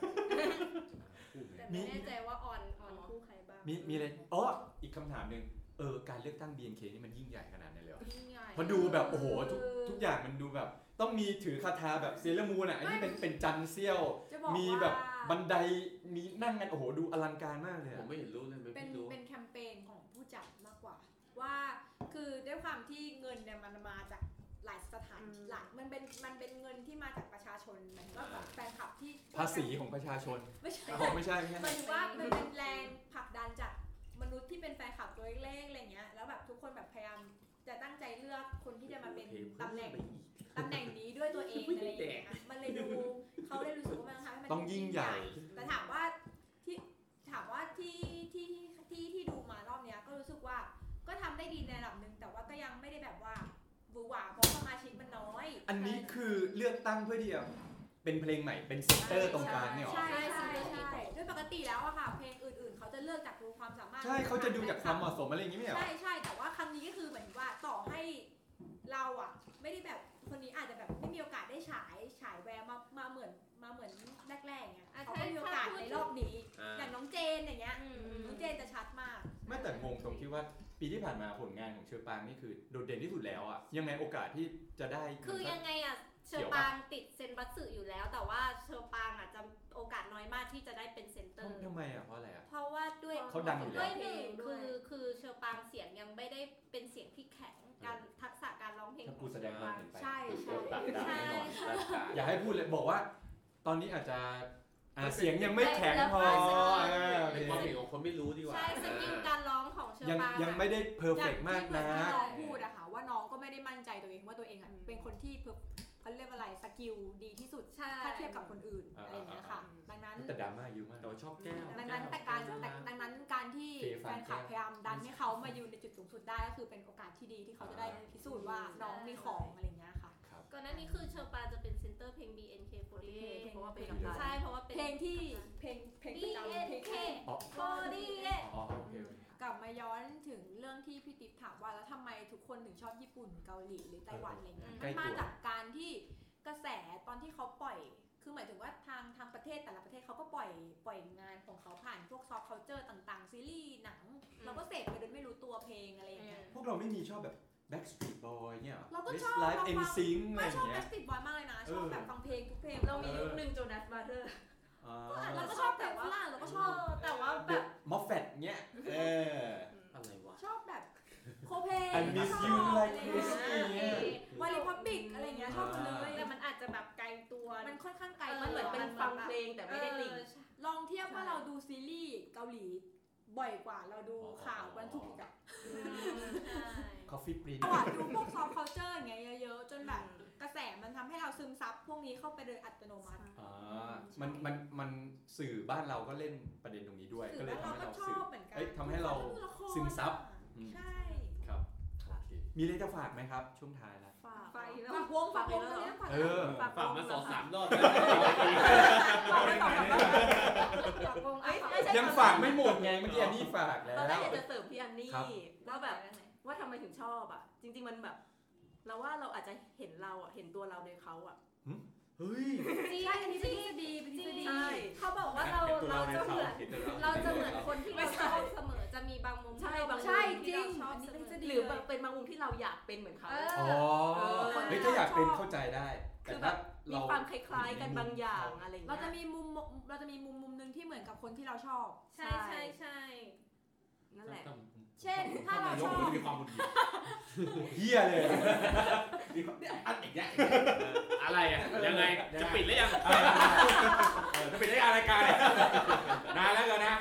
แต่ไม่แน่ใจว่าออนออนคู่ใครบ้างมีมีอะไรอ๋ออีกคำถามหนึ่งเออการเลือกตั้ง บี เอ็น เค นี่มันยิ่งใหญ่ขนาดนั้นเลยเหรอยิ่งใหญ่เพราะดูแบบโอ้โหทุกทุกอย่างมันดูแบบ ต้องมีถือคาถาแบบเซเลอร์มูนอ่ะอันนี้เป็นเป็นจันทร์เซี่ยวจะบอกมีว่าแบบบันไดมีนั่งกันโอ้โหดูอลังการมากเลยผมอะไม่เห็นรู้เลยไม่เป็นรู้เป็นแคมเปญของผู้จัดมากกว่า ว่าคือด้วยความที่เงินเนี่ยมันมาจากหลายสถานที่หลายมันเป็นมันเป็นเงินที่มาจากประชาชนหมายถึงว่าแบบแฟนคลับที่ภาษีของประชาชนไม่ใช่อ๋อไม่ใช่ไม่ใช่หมายถึงว่ามันเป็นแรงผลักดันจากมนุษย์ที่เป็นแฟนคลับตัวเล็กๆอะไรเงี้ยแล้วแบบทุกคนแบบพยายามจะตั้งใจเลือกคนที่จะมาเป็นตำแหน่งตำแหน่งนี้ด้วยตัวเองอะไรอย่างเงี้ยมันเลยดูเขาเลยรู้สึกว่ามันทำให้มันต้องยิ่งใหญ่แต่ถามว่าที่ถามว่าที่ที่ที่ที่ดูมารอบเนี้ยก็รู้สึกว่าก็ทำได้ดีในระดับหนึ่งแต่ว่าก็ยังไม่ได้แบบว่าหวือหวาเพราะสมาชิกมันน้อยอันนี้คือเลือกตั้งเพื่อที่จะเป็นเพลงใหม่เป็นเซนเตอร์ตรงกลางเนี่ยเหรอใช่ใช่ใช่ด้วยปกติแล้วอะค่ะเพลงอื่นๆ เขาจะเลือกจากดูความสามารถใช่เขาจะดูจากความเหมาะสมอะไรอย่างนี้ไม่เหรอใช่ใช่แต่ว่าครั้งนี้ก็คือเหมือนว่าต่อให้เราอะไม่ได้แบบคนนี้อาจจะแบบไม่มีโอกาสได้ฉายฉายแววมามาเหมือนมาเหมือนแรกๆเงี้ยเขาก็มีโอกาสในรอบนี้อ่าอย่างน้องเจนอย่างเงี้ยน้องเจนจะชัดมากไม่แต่งงตรงที่ว่าปีที่ผ่านมาผลงานของเชอปางนี่คือโดดเด่นที่สุดแล้วอะยังไงโอกาสที่จะได้คือยังไงอะเชอปางติดเซนบัตสึอยู่แล้ว แต่ว่าเชอปางอะจะโอกาสน้อยมากที่จะได้เป็นเซนเตอร์ทำไมอะเพราะอะไรอะเพราะว่าด้วยเขาดังอยู่แล้วด้วยหนึ่งคือคือเชอปางเสียงยังไม่ได้เป็นเสียงที่แข็งการทักษะการร้องเพลงถ้าขกูองแสดงความเห็นไปใช่ใช่ตัดได้ใช่แน่นอนอย่าให้พูดเลยบอกว่า ตอนนี้อาจจะอ่ะเสียงยังไม่แข็งพอเออเป็นความเห็นของคนไม่รู้ดีกว่าใช่สกิลการร้องของเชอยังปางยังไม่ได้เพอร์เฟกต์มากนะอย่างที่น้องพูดอะค่ะว่าน้องก็ไม่ได้มั่นใจตัวเองว่าตัวเองอะเป็นคนที่เขาเรียกอะไรสกิลดีที่สุดใช่ถ้าเทียบกับคนอื่นอะไรอย่างเงี้ยค่ะดังนั้นแต่ดราม่าเยอะมากแต่ว่าชอบแก้วดังนั้นแต่การแต่ดังนั้นการที่เฟย์แฟฟังนคลับแก้วพยายามดันให้เขามายืนในจุดสูงสุดได้ก็คือเป็นโอกาสที่ดีที่เขาจะได้พิสูจน์ว่าน้องมีของอะไรอย่างเงี้ยค่ะครับก่อนหน้านี้คือเชอปางจะเป็นเซนเตอร์เพลง บี เอ็น เค สี่สิบเอ็ดเพราะว่าเป็นกัปตันใช่เพราะว่าเป็นเพลงที่เพลงเพลงประจำเพลงบี เอ็น เคอ๋อสี่สิบเอ็ดอ๋อโอเคโอเคกลับมาย้อนถึงเรื่องที่พี่ติ๊บถามว่าแล้วทำไมทุกคนถึงชอบญี่ปุ่นเกาหลีหรือไต้หวันอะไรเงี้ยใกล้มันตัวมาจากการที่กระแสตอนที่เขาปล่อย คือหมายถึงว่าทางทางประเทศแต่ละประเทศเขาก็ปล่อยปล่อยงานของเขาผ่านพวกซอฟต์คัลเจอร์ต่างๆซีรีส์หนังเราก็เสพไปโดยไม่รู้ตัวเพลงอะไรอย่างเงี้ยพวกเราไม่มีชอบแบบ Backstreet Boy เนี่ยหรอเราก็ชอบ Westlife เราฟังเอ็นซิงค์อะไรไม่อชอย่าง บเงี้แบ็ยคสตรีทบอยมากเลยนะชอบแบบฟังเพลงทุกเพลงเรามียุคหนึ่งโจนัสบราเธอร์อ๋อเราก็ชอบแต่ว่าเราก็ชอบแต่ว่าแบบมอฟแฟตเงี้ยเอออะไรวะชอบแบบโคเพ I miss you like this อย่างเงี้ยวาริพับบิกอะไรเงี้ยชอบหมดเลยแต่มันอาจจะแบบไกลตัวมันค่อนข้างไกลมันเหมือนเป็นฟังเพลงแต่ไม่ได้ติ่งลองเทียบว่าเราดูซีรีส์เกาหลีบ่อยกว่าเราดูข่าววันศุกร์กับ Coffee Prince ประวัติดูพวกซอฟต์คัลเจอร์อย่างเงี้ยเยอะๆจนแบบกระแสมันทำให้เราซึมซับพวกนี้เข้าไปโดยอัตโนมัติอ่ามันมันมันสื่อบ้านเราก็เล่นประเด็นตรงนี้ด้วย ก็เลยทำให้เราชสื่ออบเหมือนกันเอ้ยทำให้เราซึมซับอืมใช่ครับโอเคมีอะไรจะฝากไหมครับ ช่วงท้ายแล้วฝากฝากวงฝากวงกันแล้วฝากเออฝากมาสองสามรอบฝากวงฝากวงเอ้ยยังฝากไม่หมดไงเมื่อกี้อันนี้ฝากแล้วตอนแรกอยากจะเสริมพี่อันนี่ครับว่าแบบว่าทำไมถึงชอบอ่ะ จริง ๆมันแบบ เราว่าเราอาจจะเห็นเราอ่ะเห็นตัวเราในเขาอ่ะเฮ้ยใช่อันนี้เป็นทฤษฎีเป็นทฤษฎีใช่เขาบอกว่าเราเราจะเหมือนเราจะเหมือนคนที่เราชอบเสมอจะมีบางมุมใช่บางมุมใช่จที่ริงเราชอบอันเสนี้มเป็นทฤษอฎีหรือแบบเป็นบางมุมที่เราอยากเป็นเหมือนเขาเออ๋อเออเฮ้ยถ้าอยากเป็นเข้าใจได้ แต่ถ้ามีเราความคล้ายๆกันบางอย่างอะไรอย่างเราเงี้ยจะมีมุมเราจะมีมุมมุมนึงที่เหมือนกับคนที่เราชอบใช่ใช่ใช่นั่นแหละเช่นถ้าเรานายชกอบมันจะมีความหงุดหงิดเฮียเลยมีความเนี่ยอันอย่างเงี้ยอะไรอ่ะยังไงจะปิดหรือยังเออเออจะเป็นได้รายการเนี่ยนานแล้วกันนะ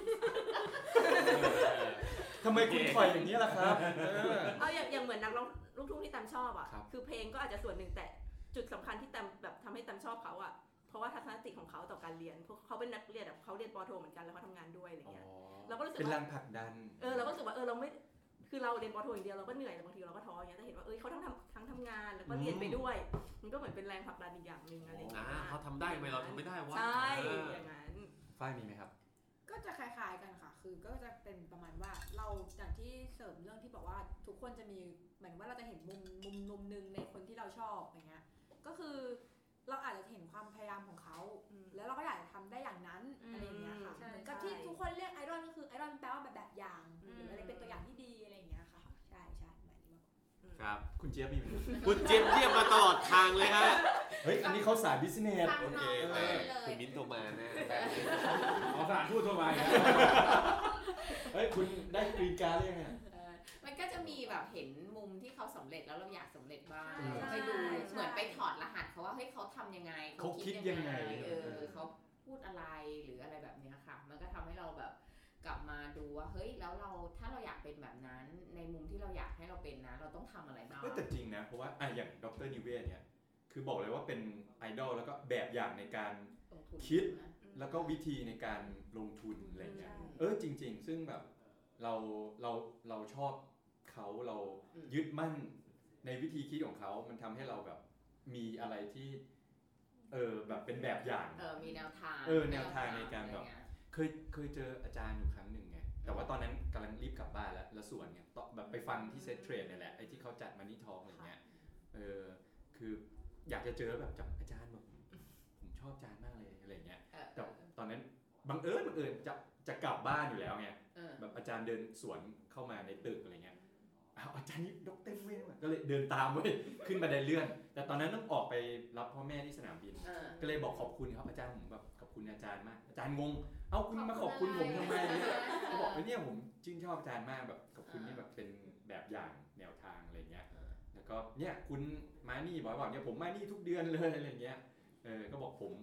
ทำไมคุณปล่อยอย่างนี้ล่ะครับเออเอาอย่างอย่างเหมือนนักร้องลูกทุ่งที่แตมชอบอ่ะครับคือเพลงก็อาจจะส่วนหนึ่งแต่จุดสำคัญที่แตมแบบทำให้แตมชอบเขาอ่ะ เพราะว่าทัศนคติของเขาต่อการเรียนเพราะเขาเป็นนักเรียนแบบเขาเรียนปอโทเหมือนกันแล้วเขาทำงานด้วยอะไรเงี้ย เราก็รู้สึกเป็นแรว่างผลักดันเออเราก็รู้สึกว่าเออเราไม่คือเราเรียนปอโทอย่างเดียวเราก็เหนื่อยแต่บางทีเราก็ท้ออย่างเงี้ยแต่เห็นว่าเออเขาทั้งทำทั้งทำงานแล้วก็เรียนไปด้วย มันก็เหมือนเป็นแรงผลักดันอีกอย่างหนึ่งอะไรอย่างอ่าเงี้ยเขาทำได้ทำไมเราทำไม่ได้วะใช่เอออย่างนั้นฝ้ายมีไหมครับก็จะคล้ายๆกันค่ะ คือก็จะเป็นประมาณว่าเราอย่างที่เสริมเรื่องที่บอกว่าทุกคนจะมีเหมือนว่าเราจะเห็นมุมมุมมุมนึงในคนที่เราชอบอย่างเงี้ย ก็คือเราอาจจะเห็นความพยายามของเขา แล้วเราก็อยากจะทำได้อย่างนั้นอะไรอย่างเงี้ยค่ะเหมือนกับที่ทุกคนเรียกไอดอลก็คือไอดอลแปลว่าแบบแบบอย่างหรืออะไรเป็นตัวอย่างที่ดีอะไรอย่างเงี้ยค่ะ ใช่ใช่แบบนี้มากครับคุณเจี๊ยบมีไหมคุณเจี๊ยบเยี่ยมมาตลอดทางเลยฮะเฮ้ย อันนี้เขาสายบิสเนสฟังโอน้เคองเลแม่ยเลยคุณมิ้นโทรมาแน่ขอสถานทูตทั่วไปนะเฮ้ย คุณได้กรีนการ์ดหรือยังไงเออมันก็จะมีแบบเห็นมุมที่เขาสำเร็จแล้วเราอยากสำเร็จบ้างใช่ไปดูเหมือนไปถอดรหัสเขาว่าเฮ้ยเขาทำยังไงเขาคิดยังไงเออเขาพูดอะไรหรืออะไรแบบเนี้ยค่ะ มันก็ทำให้เราแบบกลับมาดูว่าเฮ้ยแล้วเราถ้าเราอยากเป็นแบบนั้นในมุมที่เราอยากให้เราเป็นนะ เราต้องทำอะไรบ้างเฮ้ยแต่จริงนะ เพราะว่าอ่ะอย่างดรนิเวศเนี่ย คือบอกเลยว่าเป็นไอดอลแล้วก็แบบอย่างในการลงทุนคิดนะแล้วก็วิธีในการลงทุนอะไรเงี้ย เออจริง ๆ ซึ่งแบบเราเราเราชอบเขาเรายึดมั่นในวิธีคิดของเขา มันทำให้เราแบบมีอะไรที่เออแบบเป็นแบบอย่างเออมีแนวทางเออแนวทางในการแบบอะไเงี้ยเคยเคยเจออาจารย์อยู่ครั้งหนึ่งไง แต่ว่าตอนนั้นกำลังรีบกลับบ้านแล้ว แล้วส่วนเนี่ยต่อแบบไปฟังที่เซตเทรดเนี่ยแหละ ไอ้ที่เขาจัดมันนี่ทอล์กอะไรเงี้ย เออคืออยากจะเจอแบบจับอาจารย์แบบผมชอบอาจารย์มากเลยอะไรเงี้ยเออแต่ตอนนั้นบังเอิญบังเอิญจะจะกลับบ้านอยู่แล้วไงเออแบบอาจารย์เดินสวนเข้ามาในตึกอะไรเงี้ยอ้าวอาจารย์นี่ดรเว้ยก็เลยเดินตามเว้ยขึ้นบันไดเลื่อน แต่ตอนนั้นต้องออกไปรับพ่อแม่ที่สนามบินเออก็เลยบอกขอบคุณครับอาจารย์ผมแบบขอบคุณอาจารย์มาก อาจารย์งง เอ้าคุณมาขอบคุณผมทำไมเนี่ยเขาบอกว่าเนี่ยผมชื่นชอบอาจารย์มากแบบขอบคุณนี่แบบเป็นแบบอย่างแนวทางอะไรเงี้ย แล้วก็เนี่ยคุณมานี่บอกบอกเนี่ยผมมานี่ทุกเดือนเลยอะไรเงี้ย เออก็บอกผมผมผ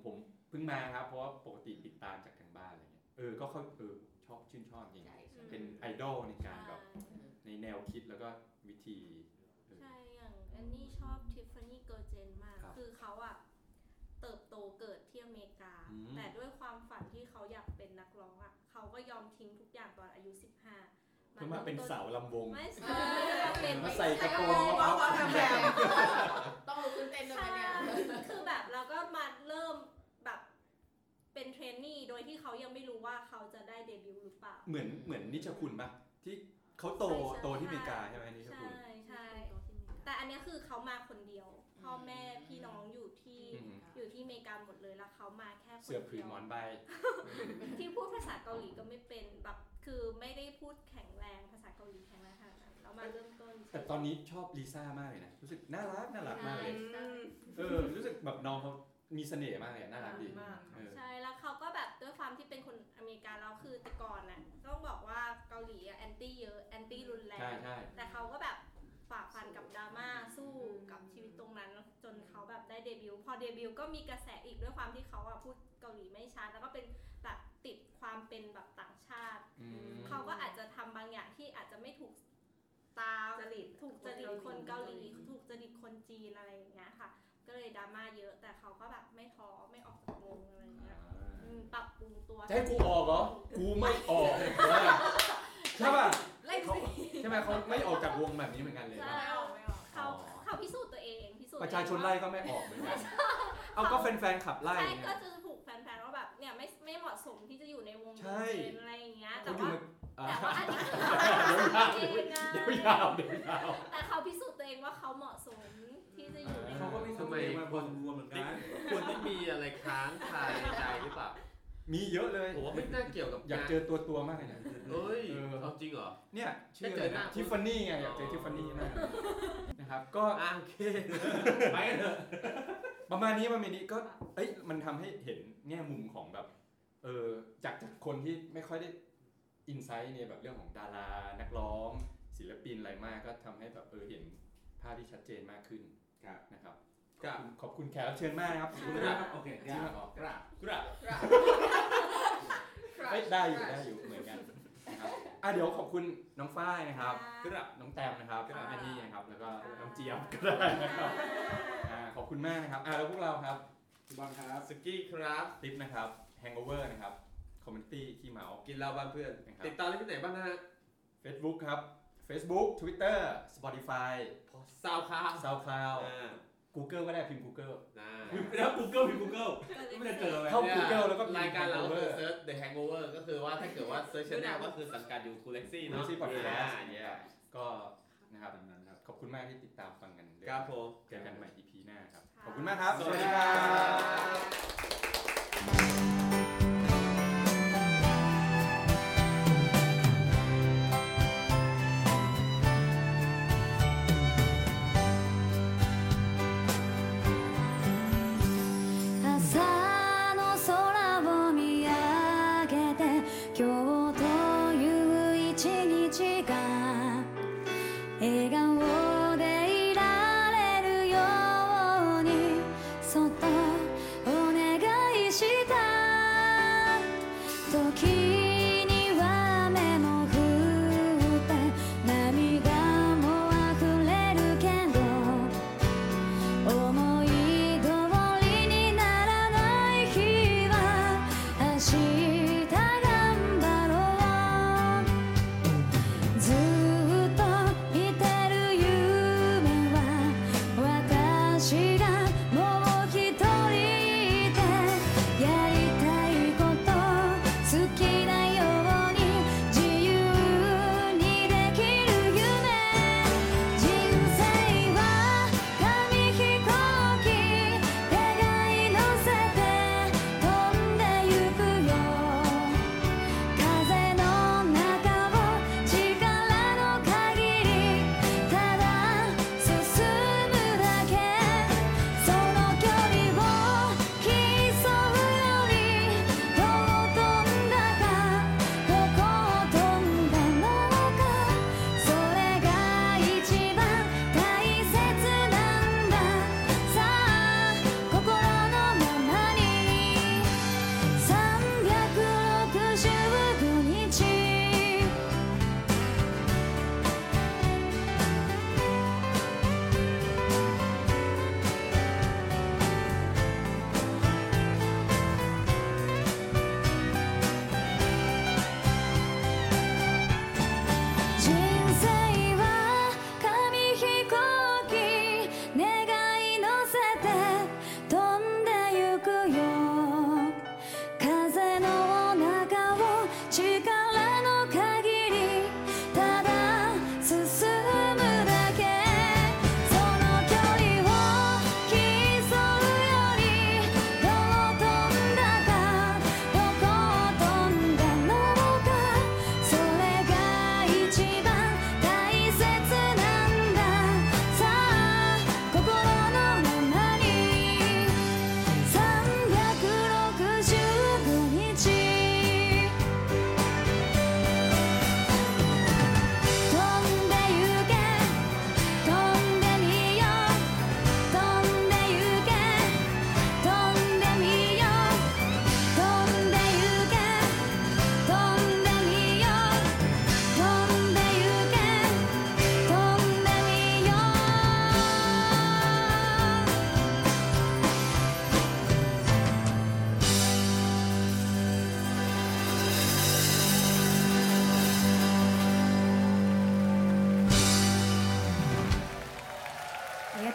เพิ่งมาครับเพราะว่าปกติติดตามจากทางบ้านอะไรเงี้ยเออก็เขาเออชอบชื่นชอบจริงใช่ใช่เป็นไอดอลในการแบบในแนวคิดแล้วก็วิธีเออใช่อย่างอันนี้ชอบทิฟฟานี่เกอร์เจนมากครับคือเขาอะเติบโตเกิดที่อเมริกาอืมแต่ด้วยความฝันที่เขาอยากเป็นนักร้องอะเขาก็ยอมทิ้งทุกอย่างตอนอายุสิบห้าเพื่อมาเป็นสาวลำวงไม่ใช่เป็นมาใส่กระโปรงว่าเขาทำแบบต้องลุกขึ้นเต้นด้วยไหมเนี่ยคือแบบเราก็มาเริ่มแบบเป็นเทรนนี่โดยที่เขายังไม่รู้ว่าเขาจะได้เดบิวต์หรือเปล่าเหมือนเหมือนนิชคุณปะที่เขาโตใช่ใช่โตที่อเมริกาใช่ไหมนิชคุณใช่ใช่ แต่อันเนี้ยคือเขามาคนเดียว พ่อแม่พี่น้องอยู่ที่อืมอยู่ที่อเมริกาหมดเลยแล้วเขามาแค่คนเสือผืเดีนยวหมอนใบที่พูดภาษาเกาหลีก็ไม่เป็นแบบคือไม่ได้พูดแข็งแรงภาษาเกาหลีแข็งแรงขนาดนั้นแล้วมาเริ่มต้นแต่ตอนนี้ชอบลิซ่ามากเลยนะรู้สึกน่ารักน่ารักมากเลยใช่เออรู้สึกแบบน้องเขามีเสน่ห์มากเลยน่ารักดีมากเออใช่แล้วเขาก็แบบด้วยความที่เป็นคนอเมริกาแล้วคือแต่ก่อนน่ะต้องบอกว่าเกาหลีอะแอนตี้เยอะแอนตี้รุนแรใช่งใช่แต่เขาก็แบบฝ่าฟันกับดราม่าสู้กับชีวิตตรงนั้น จนเขาแบบได้เดบิวต์พอเดบิวต์ก็มีกระแสอีกด้วยความที่เขาอะพูดเกาหลีไม่ชัดแล้วก็เป็นแบบติดความเป็นแบบต่างชาติอืมเขาก็อาจจะทำบางอย่างที่อาจจะไม่ถูกตามจริตถูกจริตคนเกาหลีเกาหลีถูกจริตคนจีนอะไรอย่างเงี้ยค่ะ ก็เลยดราม่าเยอะแต่เขาก็แบบไม่ท้อไม่ออกจากวงอะไรอย่างเงี้ยอืมปรับปรุงตัวจะให้กูออกเหรอ กูไม่ออกใช่ป่ะเล่นเขาสิใช่ไหมเขาไม่ออกจากวงแบบนี้เหมือนกันเลยใช่นะไม่ออกไม่ออกเขาเขาพิสูจน์ตัวเองพิสูจน์ประชาชนไล่ก็ไม่ออกเหมือนกัน เอาก็แฟนๆขับไล่ใช่ไงก็จะถูกแฟนๆว่าแบบเนี่ยไม่ไม่เหมาะสมที่จะอยู่ในวงใช่เจนอะไรอย่างเงี้ยแต่เขาอยู่ว่ามาอ่าแต่ว่าอันนี้คือเดี๋ยวยาวเขาพิสูจน์ตัวเองไงเดี๋ยวยาวเดี๋ยวยาวแต่เขาพิสูจน์ตัวเองว่าเขาเหมาะสมที่จะอยู่ในเขาก็มีสมัยมาบนรวมเหมือนกันคนที่มีอะไรค้างคาในใจหรือเปล่ามีเยอะเลยผมว่าไม่น่าเกี่ยวกับอยากเจอตัวตัวๆมากเลยเนี่ยเอ้ยเออเอาจริงเหรอเนี่ยชื่อได้อะเจไรอหน้านะคุณทิฟฟานี่ไงอยากเจอทิฟฟานี่มากนะครับ ก็อ่ะโอเคไปกันเถอะประมาณนี้ประมาณนี้ก็เอ้ยมันทำให้เห็นแง่มุมของแบบเออจากจากคนที่ไม่ค่อยได้อินไซต์ในแบบเรื่องของดารานักร้อง ศิลปินอะไรมากก็ทำให้แบบเออเห็นภาพที่ชัดเจนมากขึ้นครับนะครับครับขอบคุณแขกรับเชิญมากนะครับขอบคุณคมารักบครับโอเคที่มาออกกราบกราบครับเอ้ยได้อยู่ได้อยู่เหมือนกันนะครับอ่ะเดี๋ยวขอบคุณน้องฝ้ายนะครับครับน้องแตมนะครับครับแม่นี่นะครับแล้วก็น้องเจี๊ยบก็ได้นะครับอ่าขอบคุณมากนะครับอ่ะแล้วพวกเราครับคุณบอลครับสกี้ครับติ๊บนะครับ Hangover นะครับ Community ที่เมาส์กินเหล้าบ้านเพื่อนนะครับติดตามได้ที่ไหนบ้างนะฮะ Facebook ครับ Facebook Twitter Spotify ซาวคา SoundCloud อ่า Google ก็ได้พิมพ์ Google นะแล้ว Google พิมพ์ Google ไม่ได้เจออะไรเข้า Google แล้วก็พิมพ์รายการเราก็คือ Hangover เซิร์ช The Hangover ก็คือว่าถ้าเกิดว่าเซิร์ช channel ก็คือสังกัดอยู่คูเล็กซี่เนาะ Galaxy Podcast อ่าเนี่ยก็นะครับ ขอบคุณมากที่ติดตามฟังกันเลยครับผมเจอกันใหม่ อี พี หน้าครับ ขอบคุณมากครับสวัสดีครับ朝の空を見上げて今日という一日が笑顔でいられるようにそっとお願い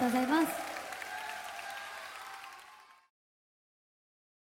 ございます